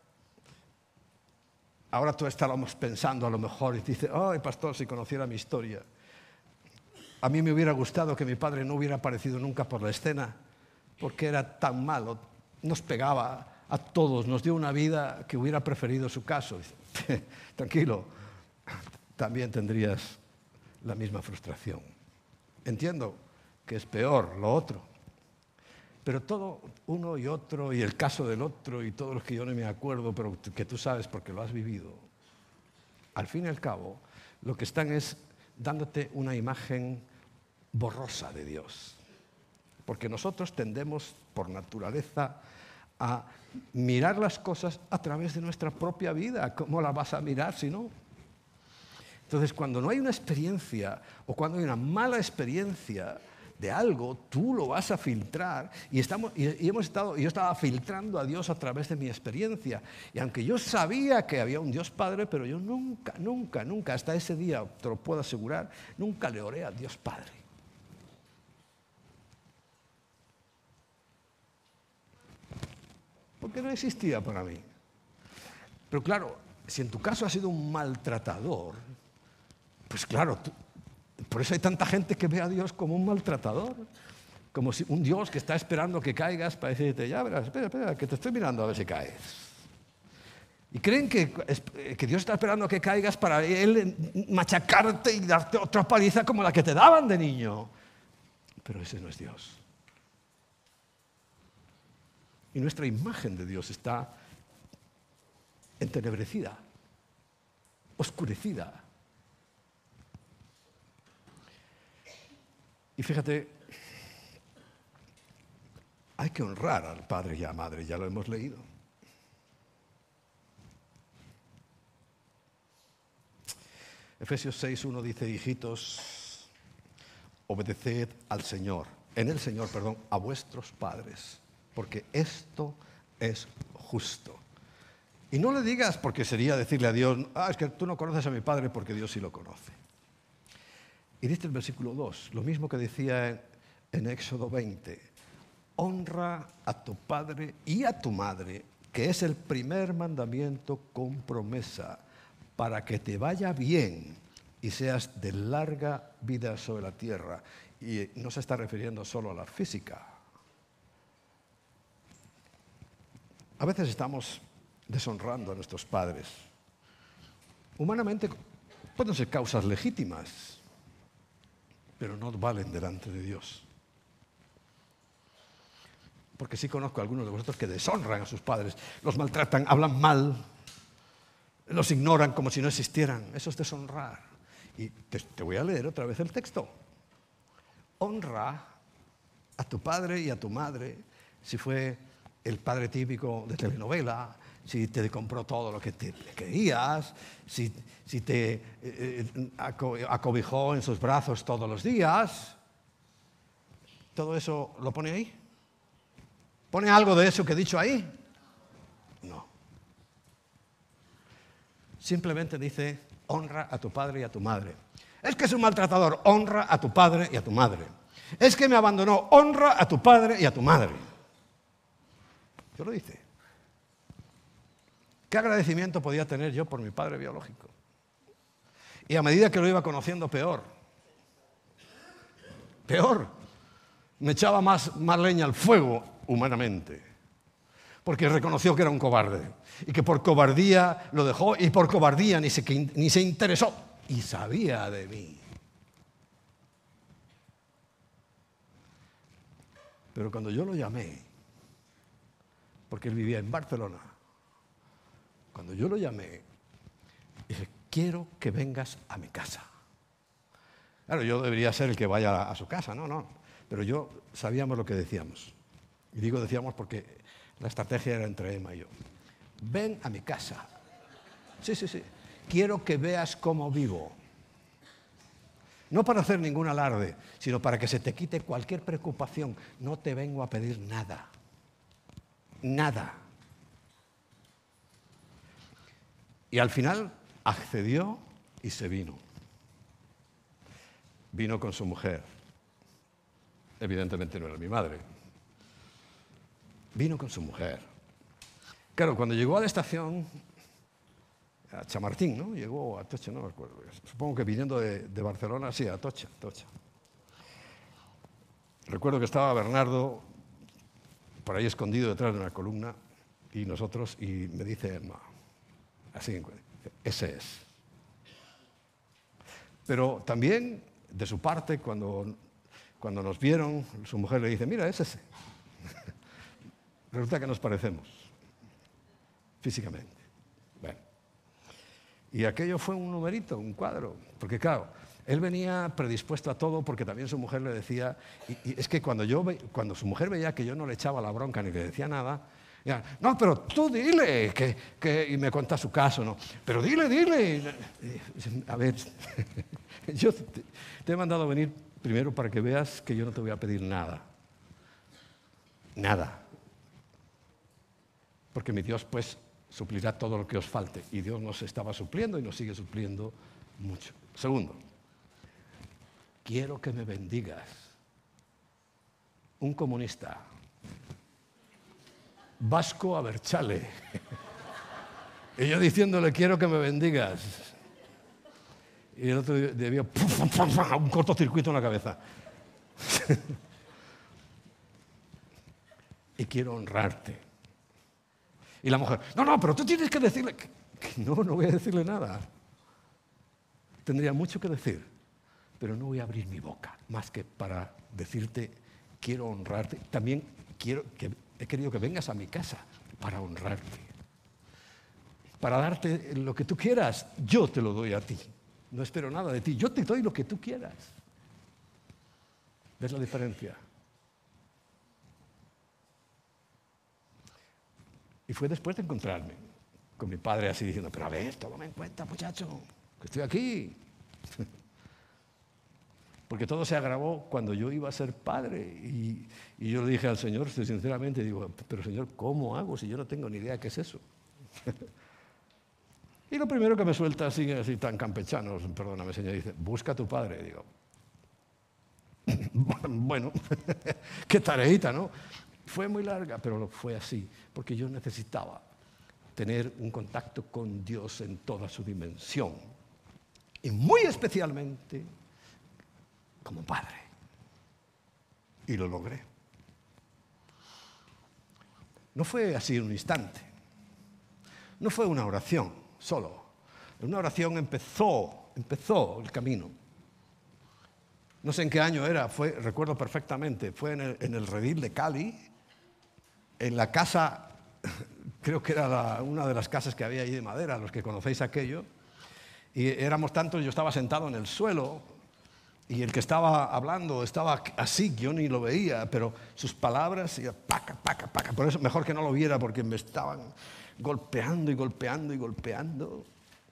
ahora tú estábamos pensando a lo mejor y dices, ay, pastor, si conociera mi historia. A mí me hubiera gustado que mi padre no hubiera aparecido nunca por la escena, porque era tan malo, nos pegaba a todos, nos dio una vida que hubiera preferido su caso. Tranquilo, también tendrías la misma frustración. Entiendo que es peor lo otro, pero todo uno y otro, y el caso del otro, y todos los que yo no me acuerdo, pero que tú sabes porque lo has vivido, al fin y al cabo, lo que están es dándote una imagen borrosa de Dios. Porque nosotros tendemos, por naturaleza, a mirar las cosas a través de nuestra propia vida. ¿Cómo la vas a mirar si no? Entonces, cuando no hay una experiencia o cuando hay una mala experiencia de algo, tú lo vas a filtrar. Y yo estaba filtrando a Dios a través de mi experiencia. Y aunque yo sabía que había un Dios Padre, pero yo nunca, hasta ese día, te lo puedo asegurar, nunca le oré a Dios Padre. Porque no existía para mí. Pero claro, si en tu caso has sido un maltratador, pues claro, por eso hay tanta gente que ve a Dios como un maltratador, como si un Dios que está esperando que caigas para decirte, ya verás, espera, que te estoy mirando a ver si caes. Y creen que Dios está esperando que caigas para Él machacarte y darte otra paliza como la que te daban de niño. Pero ese no es Dios. Y nuestra imagen de Dios está entenebrecida, oscurecida. Y fíjate, hay que honrar al padre y a la madre, ya lo hemos leído. Efesios 6:1 dice, hijitos, obedeced al Señor, a vuestros padres, porque esto es justo. Y no le digas, porque sería decirle a Dios, es que tú no conoces a mi padre, porque Dios sí lo conoce. Y dice el versículo 2, lo mismo que decía en Éxodo 20, honra a tu padre y a tu madre, que es el primer mandamiento con promesa, para que te vaya bien y seas de larga vida sobre la tierra. Y no se está refiriendo solo a la física. A veces estamos deshonrando a nuestros padres. Humanamente pueden ser causas legítimas, pero no valen delante de Dios. Porque sí conozco a algunos de vosotros que deshonran a sus padres, los maltratan, hablan mal, los ignoran como si no existieran. Eso es deshonrar. Y te voy a leer otra vez el texto. Honra a tu padre y a tu madre si fue el padre típico de telenovela, si te compró todo lo que te querías, si te acobijó en sus brazos todos los días. ¿Todo eso lo pone ahí? ¿Pone algo de eso que he dicho ahí? No. Simplemente dice, honra a tu padre y a tu madre. Es que es un maltratador, honra a tu padre y a tu madre. Es que me abandonó, honra a tu padre y a tu madre. Yo lo dice. ¿Qué agradecimiento podía tener yo por mi padre biológico? Y a medida que lo iba conociendo, peor. Peor. Me echaba más leña al fuego humanamente. Porque reconoció que era un cobarde. Y que por cobardía lo dejó y por cobardía ni se interesó. Y sabía de mí. Pero cuando yo lo llamé, porque él vivía en Barcelona, cuando yo lo llamé, dije, quiero que vengas a mi casa. Claro, yo debería ser el que vaya a su casa, no. Pero yo sabíamos lo que decíamos. Y digo decíamos porque la estrategia era entre Emma y yo. Ven a mi casa. Sí. Quiero que veas cómo vivo. No para hacer ningún alarde, sino para que se te quite cualquier preocupación. No te vengo a pedir nada. Nada. Y al final accedió y se vino. Vino con su mujer. Evidentemente no era mi madre. Vino con su mujer. Claro, cuando llegó a la estación, a Chamartín, ¿no? Llegó a Atocha, no me acuerdo. Supongo que viniendo de Barcelona, sí, a Atocha. Recuerdo que estaba Bernardo por ahí escondido detrás de una columna y nosotros, y me dice Emma, así, ese es. Pero también, de su parte, cuando nos vieron, su mujer le dice, mira, es ese. Resulta que nos parecemos, físicamente. Bueno. Y aquello fue un numerito, un cuadro, porque claro, él venía predispuesto a todo porque también su mujer le decía, y es que cuando su mujer veía que yo no le echaba la bronca ni le decía nada, ya, no, pero tú dile, y me cuenta su caso, ¿no? Pero dile. A ver, yo te he mandado a venir primero para que veas que yo no te voy a pedir nada. Nada. Porque mi Dios, pues, suplirá todo lo que os falte. Y Dios nos estaba supliendo y nos sigue supliendo mucho. Segundo, quiero que me bendigas. Un comunista. Vasco Abertzale. Y yo diciéndole, quiero que me bendigas. Y el otro debió un cortocircuito en la cabeza. Y quiero honrarte. Y la mujer, no, pero tú tienes que decirle que no voy a decirle nada. Tendría mucho que decir, pero no voy a abrir mi boca, más que para decirte, quiero honrarte. También he querido que vengas a mi casa para honrarte. Para darte lo que tú quieras, yo te lo doy a ti. No espero nada de ti, yo te doy lo que tú quieras. ¿Ves la diferencia? Y fue después de encontrarme con mi padre así diciendo, pero a ver, tómame en cuenta, muchacho, que estoy aquí. Porque todo se agravó cuando yo iba a ser padre. Y yo le dije al Señor, sinceramente, digo, pero Señor, ¿cómo hago si yo no tengo ni idea qué es eso? Y lo primero que me suelta así tan campechano, perdóname, Señor, dice, busca a tu padre. Digo, bueno, qué tareita, ¿no? Fue muy larga, pero fue así, porque yo necesitaba tener un contacto con Dios en toda su dimensión. Y muy especialmente como padre. Y lo logré. No fue así en un instante. No fue una oración solo. En una oración empezó el camino. No sé en qué año era, recuerdo perfectamente, fue en el redil de Cali, en la casa, creo que era una de las casas que había ahí de madera, los que conocéis aquello, y éramos tantos, yo estaba sentado en el suelo, Y el que estaba hablando estaba así, yo ni lo veía, pero sus palabras, y paca, paca, paca. Por eso mejor que no lo viera, porque me estaban golpeando y golpeando y golpeando.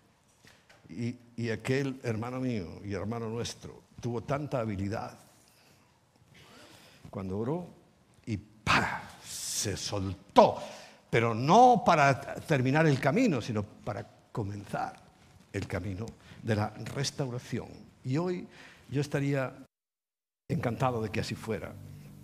Y aquel hermano mío y hermano nuestro tuvo tanta habilidad cuando oró y ¡pah! Se soltó, pero no para terminar el camino, sino para comenzar el camino de la restauración. Y hoy yo estaría encantado de que así fuera.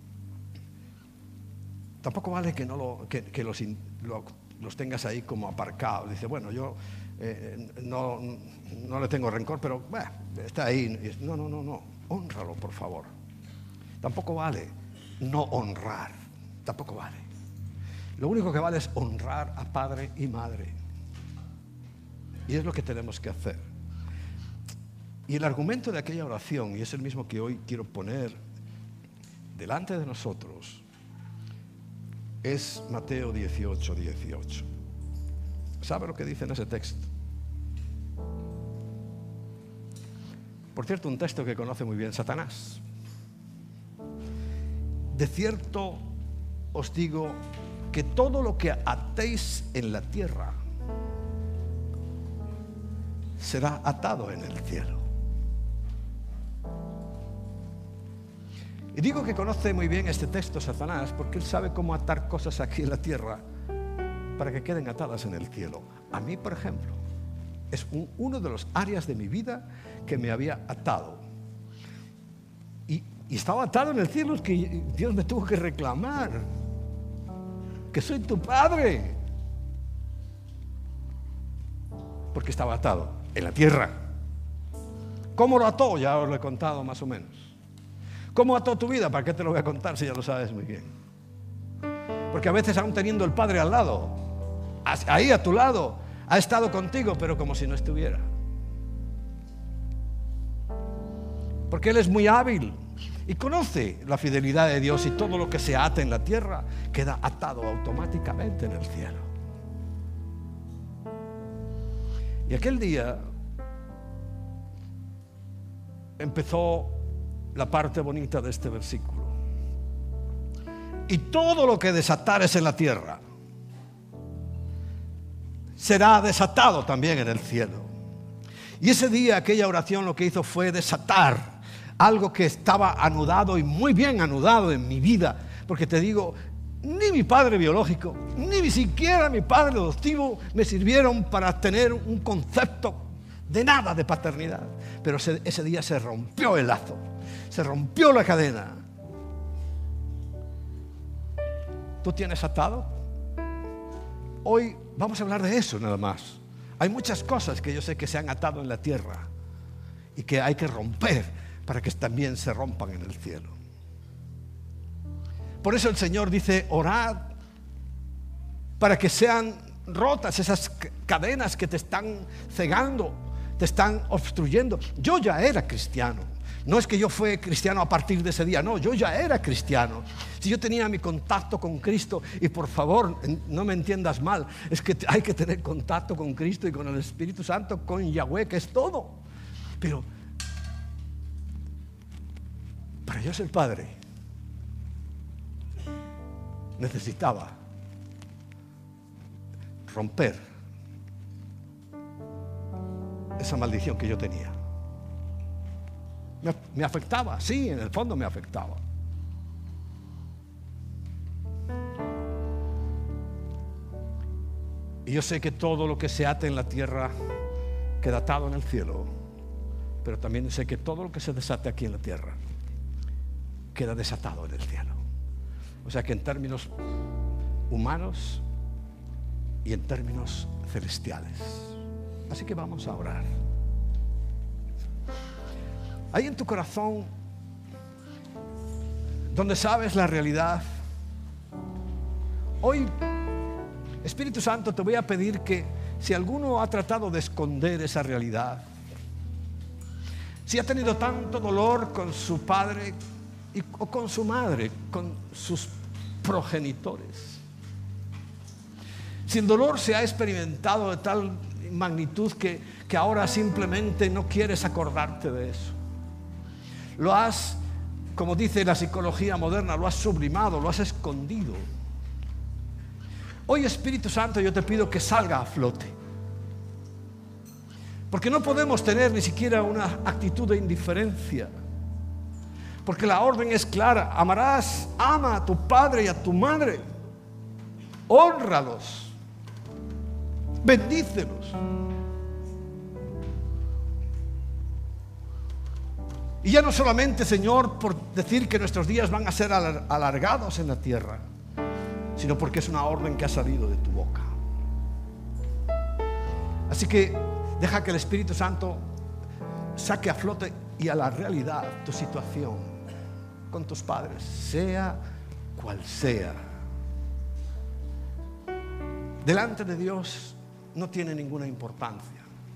Tampoco vale que los tengas ahí como aparcados. Dice, bueno, yo no le tengo rencor, pero está ahí. No. Hónralo, por favor. Tampoco vale no honrar. Tampoco vale. Lo único que vale es honrar a padre y madre. Y es lo que tenemos que hacer. Y el argumento de aquella oración, y es el mismo que hoy quiero poner delante de nosotros, es Mateo 18, 18. ¿Sabe lo que dice en ese texto? Por cierto, un texto que conoce muy bien Satanás. De cierto os digo que todo lo que atéis en la tierra será atado en el cielo. Y digo que conoce muy bien este texto Satanás porque él sabe cómo atar cosas aquí en la tierra para que queden atadas en el cielo. A mí, por ejemplo, es uno de los áreas de mi vida que me había atado. Y estaba atado en el cielo, es que Dios me tuvo que reclamar que soy tu padre. Porque estaba atado en la tierra. ¿Cómo lo ató? Ya os lo he contado más o menos. ¿Cómo ató tu vida? ¿Para qué te lo voy a contar si ya lo sabes muy bien? Porque a veces, aún teniendo el Padre al lado, ahí a tu lado, ha estado contigo, pero como si no estuviera. Porque Él es muy hábil y conoce la fidelidad de Dios, y todo lo que se ata en la tierra queda atado automáticamente en el cielo. Y aquel día empezó la parte bonita de este versículo. Y todo lo que desatares en la tierra será desatado también en el cielo. Y ese día, aquella oración lo que hizo fue desatar algo que estaba anudado, y muy bien anudado en mi vida. Porque te digo, ni mi padre biológico, ni siquiera mi padre adoptivo me sirvieron para tener un concepto de nada de paternidad. Pero ese día se rompió el lazo, se rompió la cadena. ¿Tú tienes atado? Hoy vamos a hablar de eso nada más. Hay muchas cosas que yo sé que se han atado en la tierra y que hay que romper para que también se rompan en el cielo. Por eso el Señor dice, orad para que sean rotas esas cadenas que te están cegando, te están obstruyendo. Yo ya era cristiano. No es que yo fui cristiano a partir de ese día, no, yo ya era cristiano. Si yo tenía mi contacto con Cristo, y por favor, no me entiendas mal, es que hay que tener contacto con Cristo y con el Espíritu Santo, con Yahweh, que es todo. Pero para yo ser padre, necesitaba romper esa maldición que yo tenía. Me afectaba, sí, en el fondo me afectaba. Y yo sé que todo lo que se ate en la tierra queda atado en el cielo, pero también sé que todo lo que se desate aquí en la tierra queda desatado en el cielo. O sea que en términos humanos y en términos celestiales. Así que vamos a orar. Ahí en tu corazón, donde sabes la realidad, hoy, Espíritu Santo, te voy a pedir que si alguno ha tratado de esconder esa realidad, si ha tenido tanto dolor con su padre o con su madre, con sus progenitores, si el dolor se ha experimentado de tal magnitud que ahora simplemente no quieres acordarte de eso, lo has, como dice la psicología moderna, lo has sublimado, lo has escondido. Hoy, Espíritu Santo, yo te pido que salga a flote. Porque no podemos tener ni siquiera una actitud de indiferencia. Porque la orden es clara: ama a tu padre y a tu madre. Hónralos. Bendícelos. Y ya no solamente, Señor, por decir que nuestros días van a ser alargados en la tierra, sino porque es una orden que ha salido de tu boca. Así que deja que el Espíritu Santo saque a flote y a la realidad tu situación con tus padres, sea cual sea. Delante de Dios no tiene ninguna importancia.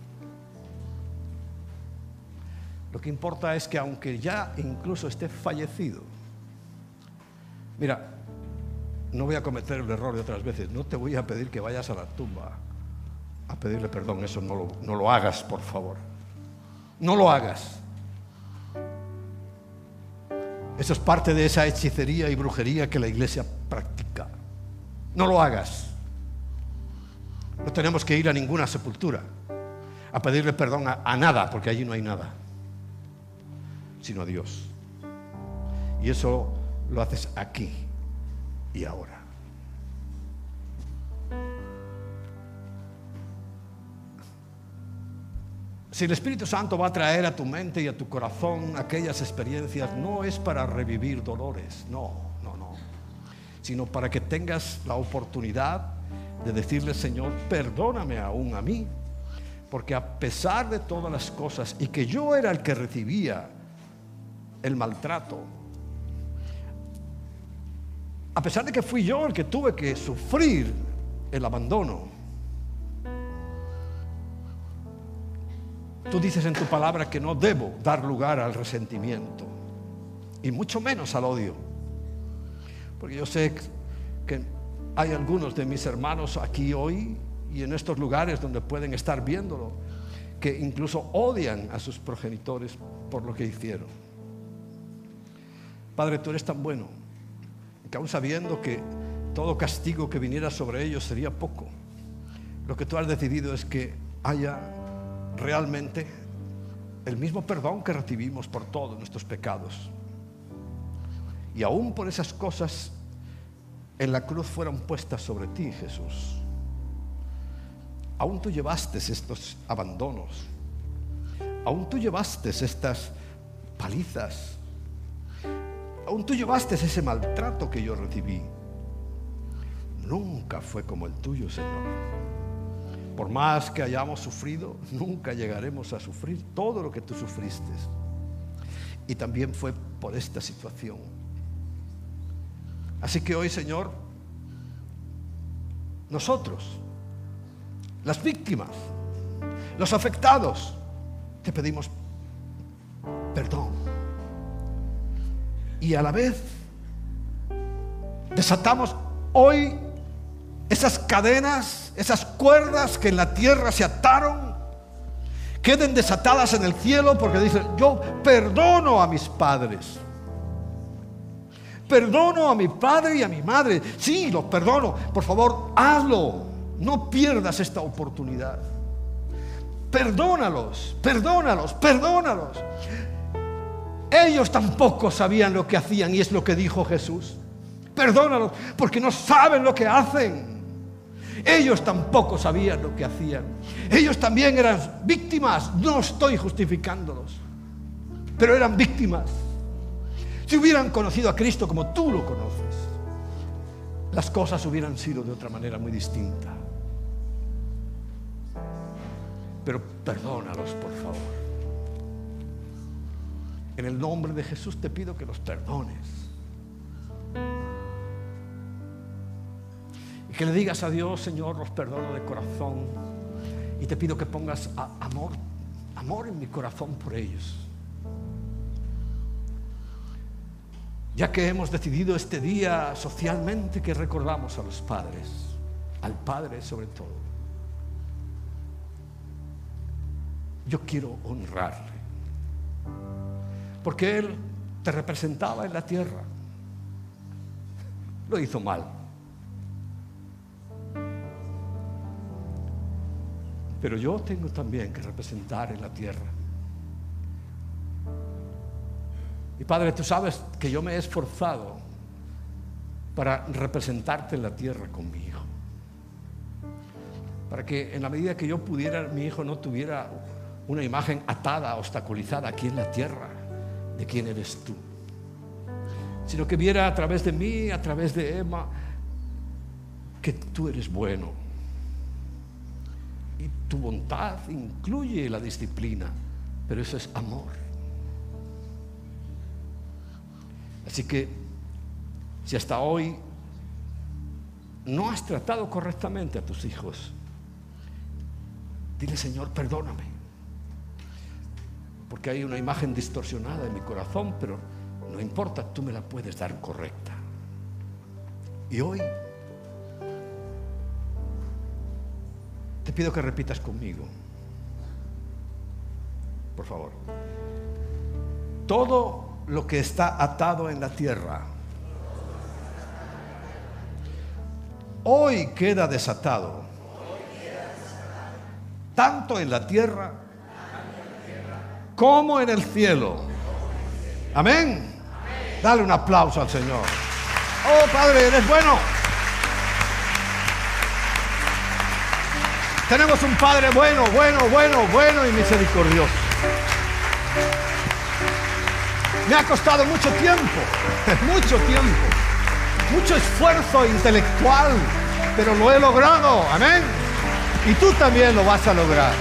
Lo que importa es que aunque ya incluso esté fallecido, mira, no voy a cometer el error de otras veces. No te voy a pedir que vayas a la tumba a pedirle perdón. Eso no lo hagas, por favor. No lo hagas. Eso es parte de esa hechicería y brujería que la iglesia practica. No lo hagas. No tenemos que ir a ninguna sepultura a pedirle perdón a nada, porque allí no hay nada, sino a Dios. Y eso lo haces aquí y ahora. Si el Espíritu Santo va a traer a tu mente y a tu corazón aquellas experiencias, no es para revivir dolores, no, sino para que tengas la oportunidad de decirle: Señor, perdóname aún a mí, porque a pesar de todas las cosas, y que yo era el que recibía el maltrato, a pesar de que fui yo el que tuve que sufrir el abandono, tú dices en tu palabra que no debo dar lugar al resentimiento, y mucho menos al odio. Porque yo sé que hay algunos de mis hermanos aquí hoy y en estos lugares donde pueden estar viéndolo, que incluso odian a sus progenitores por lo que hicieron. Padre, tú eres tan bueno, que aún sabiendo que todo castigo que viniera sobre ellos sería poco, lo que tú has decidido es que haya realmente el mismo perdón que recibimos por todos nuestros pecados. Y aún por esas cosas en la cruz fueron puestas sobre ti, Jesús. Aún tú llevaste estos abandonos, aún tú llevaste estas palizas, aún tú llevaste ese maltrato que yo recibí. Nunca fue como el tuyo, Señor. Por más que hayamos sufrido, nunca llegaremos a sufrir todo lo que tú sufriste. Y también fue por esta situación. Así que hoy, Señor, nosotros, las víctimas, los afectados, te pedimos perdón. Y a la vez desatamos hoy esas cadenas, esas cuerdas que en la tierra se ataron, queden desatadas en el cielo, porque dicen: yo perdono a mis padres, perdono a mi padre y a mi madre. Sí, los perdono. Por favor, hazlo. No pierdas esta oportunidad. Perdónalos, perdónalos, perdónalos. Ellos tampoco sabían lo que hacían, y es lo que dijo Jesús. Perdónalos porque no saben lo que hacen. Ellos tampoco sabían lo que hacían. Ellos también eran víctimas. No estoy justificándolos, pero eran víctimas. Si hubieran conocido a Cristo como tú lo conoces, las cosas hubieran sido de otra manera muy distinta. Pero perdónalos, por favor. En el nombre de Jesús te pido que los perdones. Y que le digas a Dios: Señor, los perdono de corazón. Y te pido que pongas amor en mi corazón por ellos. Ya que hemos decidido este día socialmente que recordamos a los padres, al Padre sobre todo, yo quiero honrarle. porque Él te representaba en la tierra. Lo hizo mal. Pero yo tengo también que representar en la tierra. Y Padre, tú sabes que yo me he esforzado para representarte en la tierra con mi hijo. Para que en la medida que yo pudiera, mi hijo no tuviera una imagen atada, obstaculizada aquí en la tierra de quién eres tú, sino que viera a través de mí, a través de Emma, que tú eres bueno. Y tu bondad incluye la disciplina, pero eso es amor. Así que si hasta hoy no has tratado correctamente a tus hijos, dile: Señor, perdóname, porque hay una imagen distorsionada en mi corazón, pero no importa, tú me la puedes dar correcta. Y hoy te pido que repitas conmigo, por favor: todo lo que está atado en la tierra hoy queda desatado, tanto en la tierra como en el cielo. Amén. Dale un aplauso al Señor. Oh, Padre, eres bueno. Tenemos un Padre bueno y misericordioso. Me ha costado mucho tiempo, mucho esfuerzo intelectual, pero lo he logrado. Amén. Y tú también lo vas a lograr.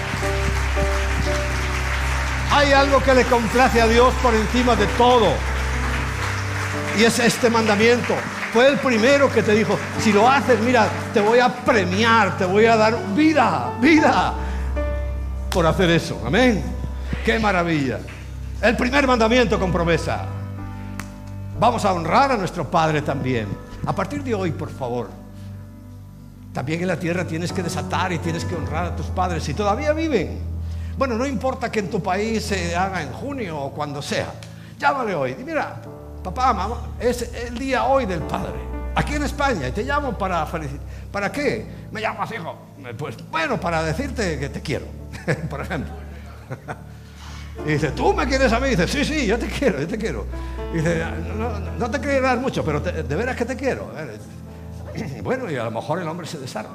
Hay algo que le complace a Dios por encima de todo, y es este mandamiento. Fue el primero que te dijo: si lo haces, mira, te voy a premiar, te voy a dar vida por hacer eso. Amén. Qué maravilla. El primer mandamiento con promesa. Vamos a honrar a nuestro Padre también. A partir de hoy, por favor, también en la tierra tienes que desatar y tienes que honrar a tus padres si todavía viven. Bueno, no importa que en tu país se haga en junio o cuando sea. Llámale hoy. Y mira, papá, mamá, es el día hoy del Padre, aquí en España, y te llamo para felicitar. ¿Para qué me llamas, hijo? Pues bueno, para decirte que te quiero, por ejemplo. Y dice: ¿tú me quieres a mí? Y dice: sí, yo te quiero. Y dice: no te creerás mucho, pero de veras que te quiero. Bueno, y a lo mejor el hombre se desarma.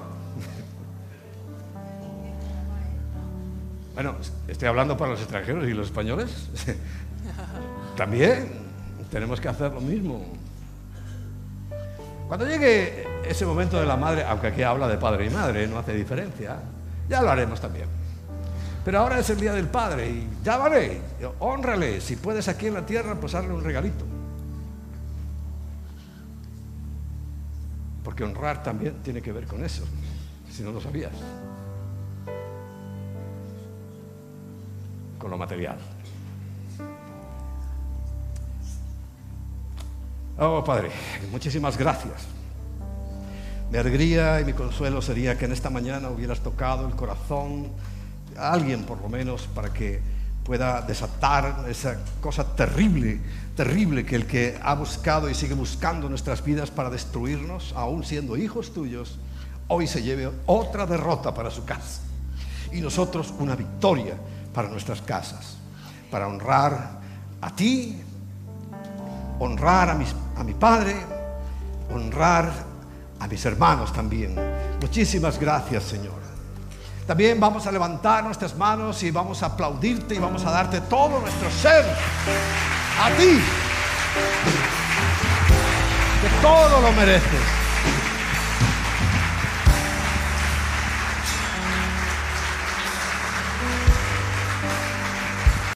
Bueno, estoy hablando para los extranjeros y los españoles. También tenemos que hacer lo mismo. Cuando llegue ese momento de la madre, aunque aquí habla de padre y madre, no hace diferencia, ya lo haremos también. Pero ahora es el día del Padre y llámale, hónrale. Si puedes aquí en la tierra, pues hazle un regalito. Porque honrar también tiene que ver con eso, si no lo sabías. Con lo material. Oh, Padre, muchísimas gracias. Mi alegría y mi consuelo sería que en esta mañana hubieras tocado el corazón a alguien, por lo menos, para que pueda desatar esa cosa terrible que el que ha buscado y sigue buscando nuestras vidas para destruirnos, aún siendo hijos tuyos, hoy se lleve otra derrota para su casa y nosotros una victoria para nuestras casas, para honrar a ti, honrar a mi padre, honrar a mis hermanos también. Muchísimas gracias, Señor. También vamos a levantar nuestras manos y vamos a aplaudirte y vamos a darte todo nuestro ser a ti, que todo lo mereces.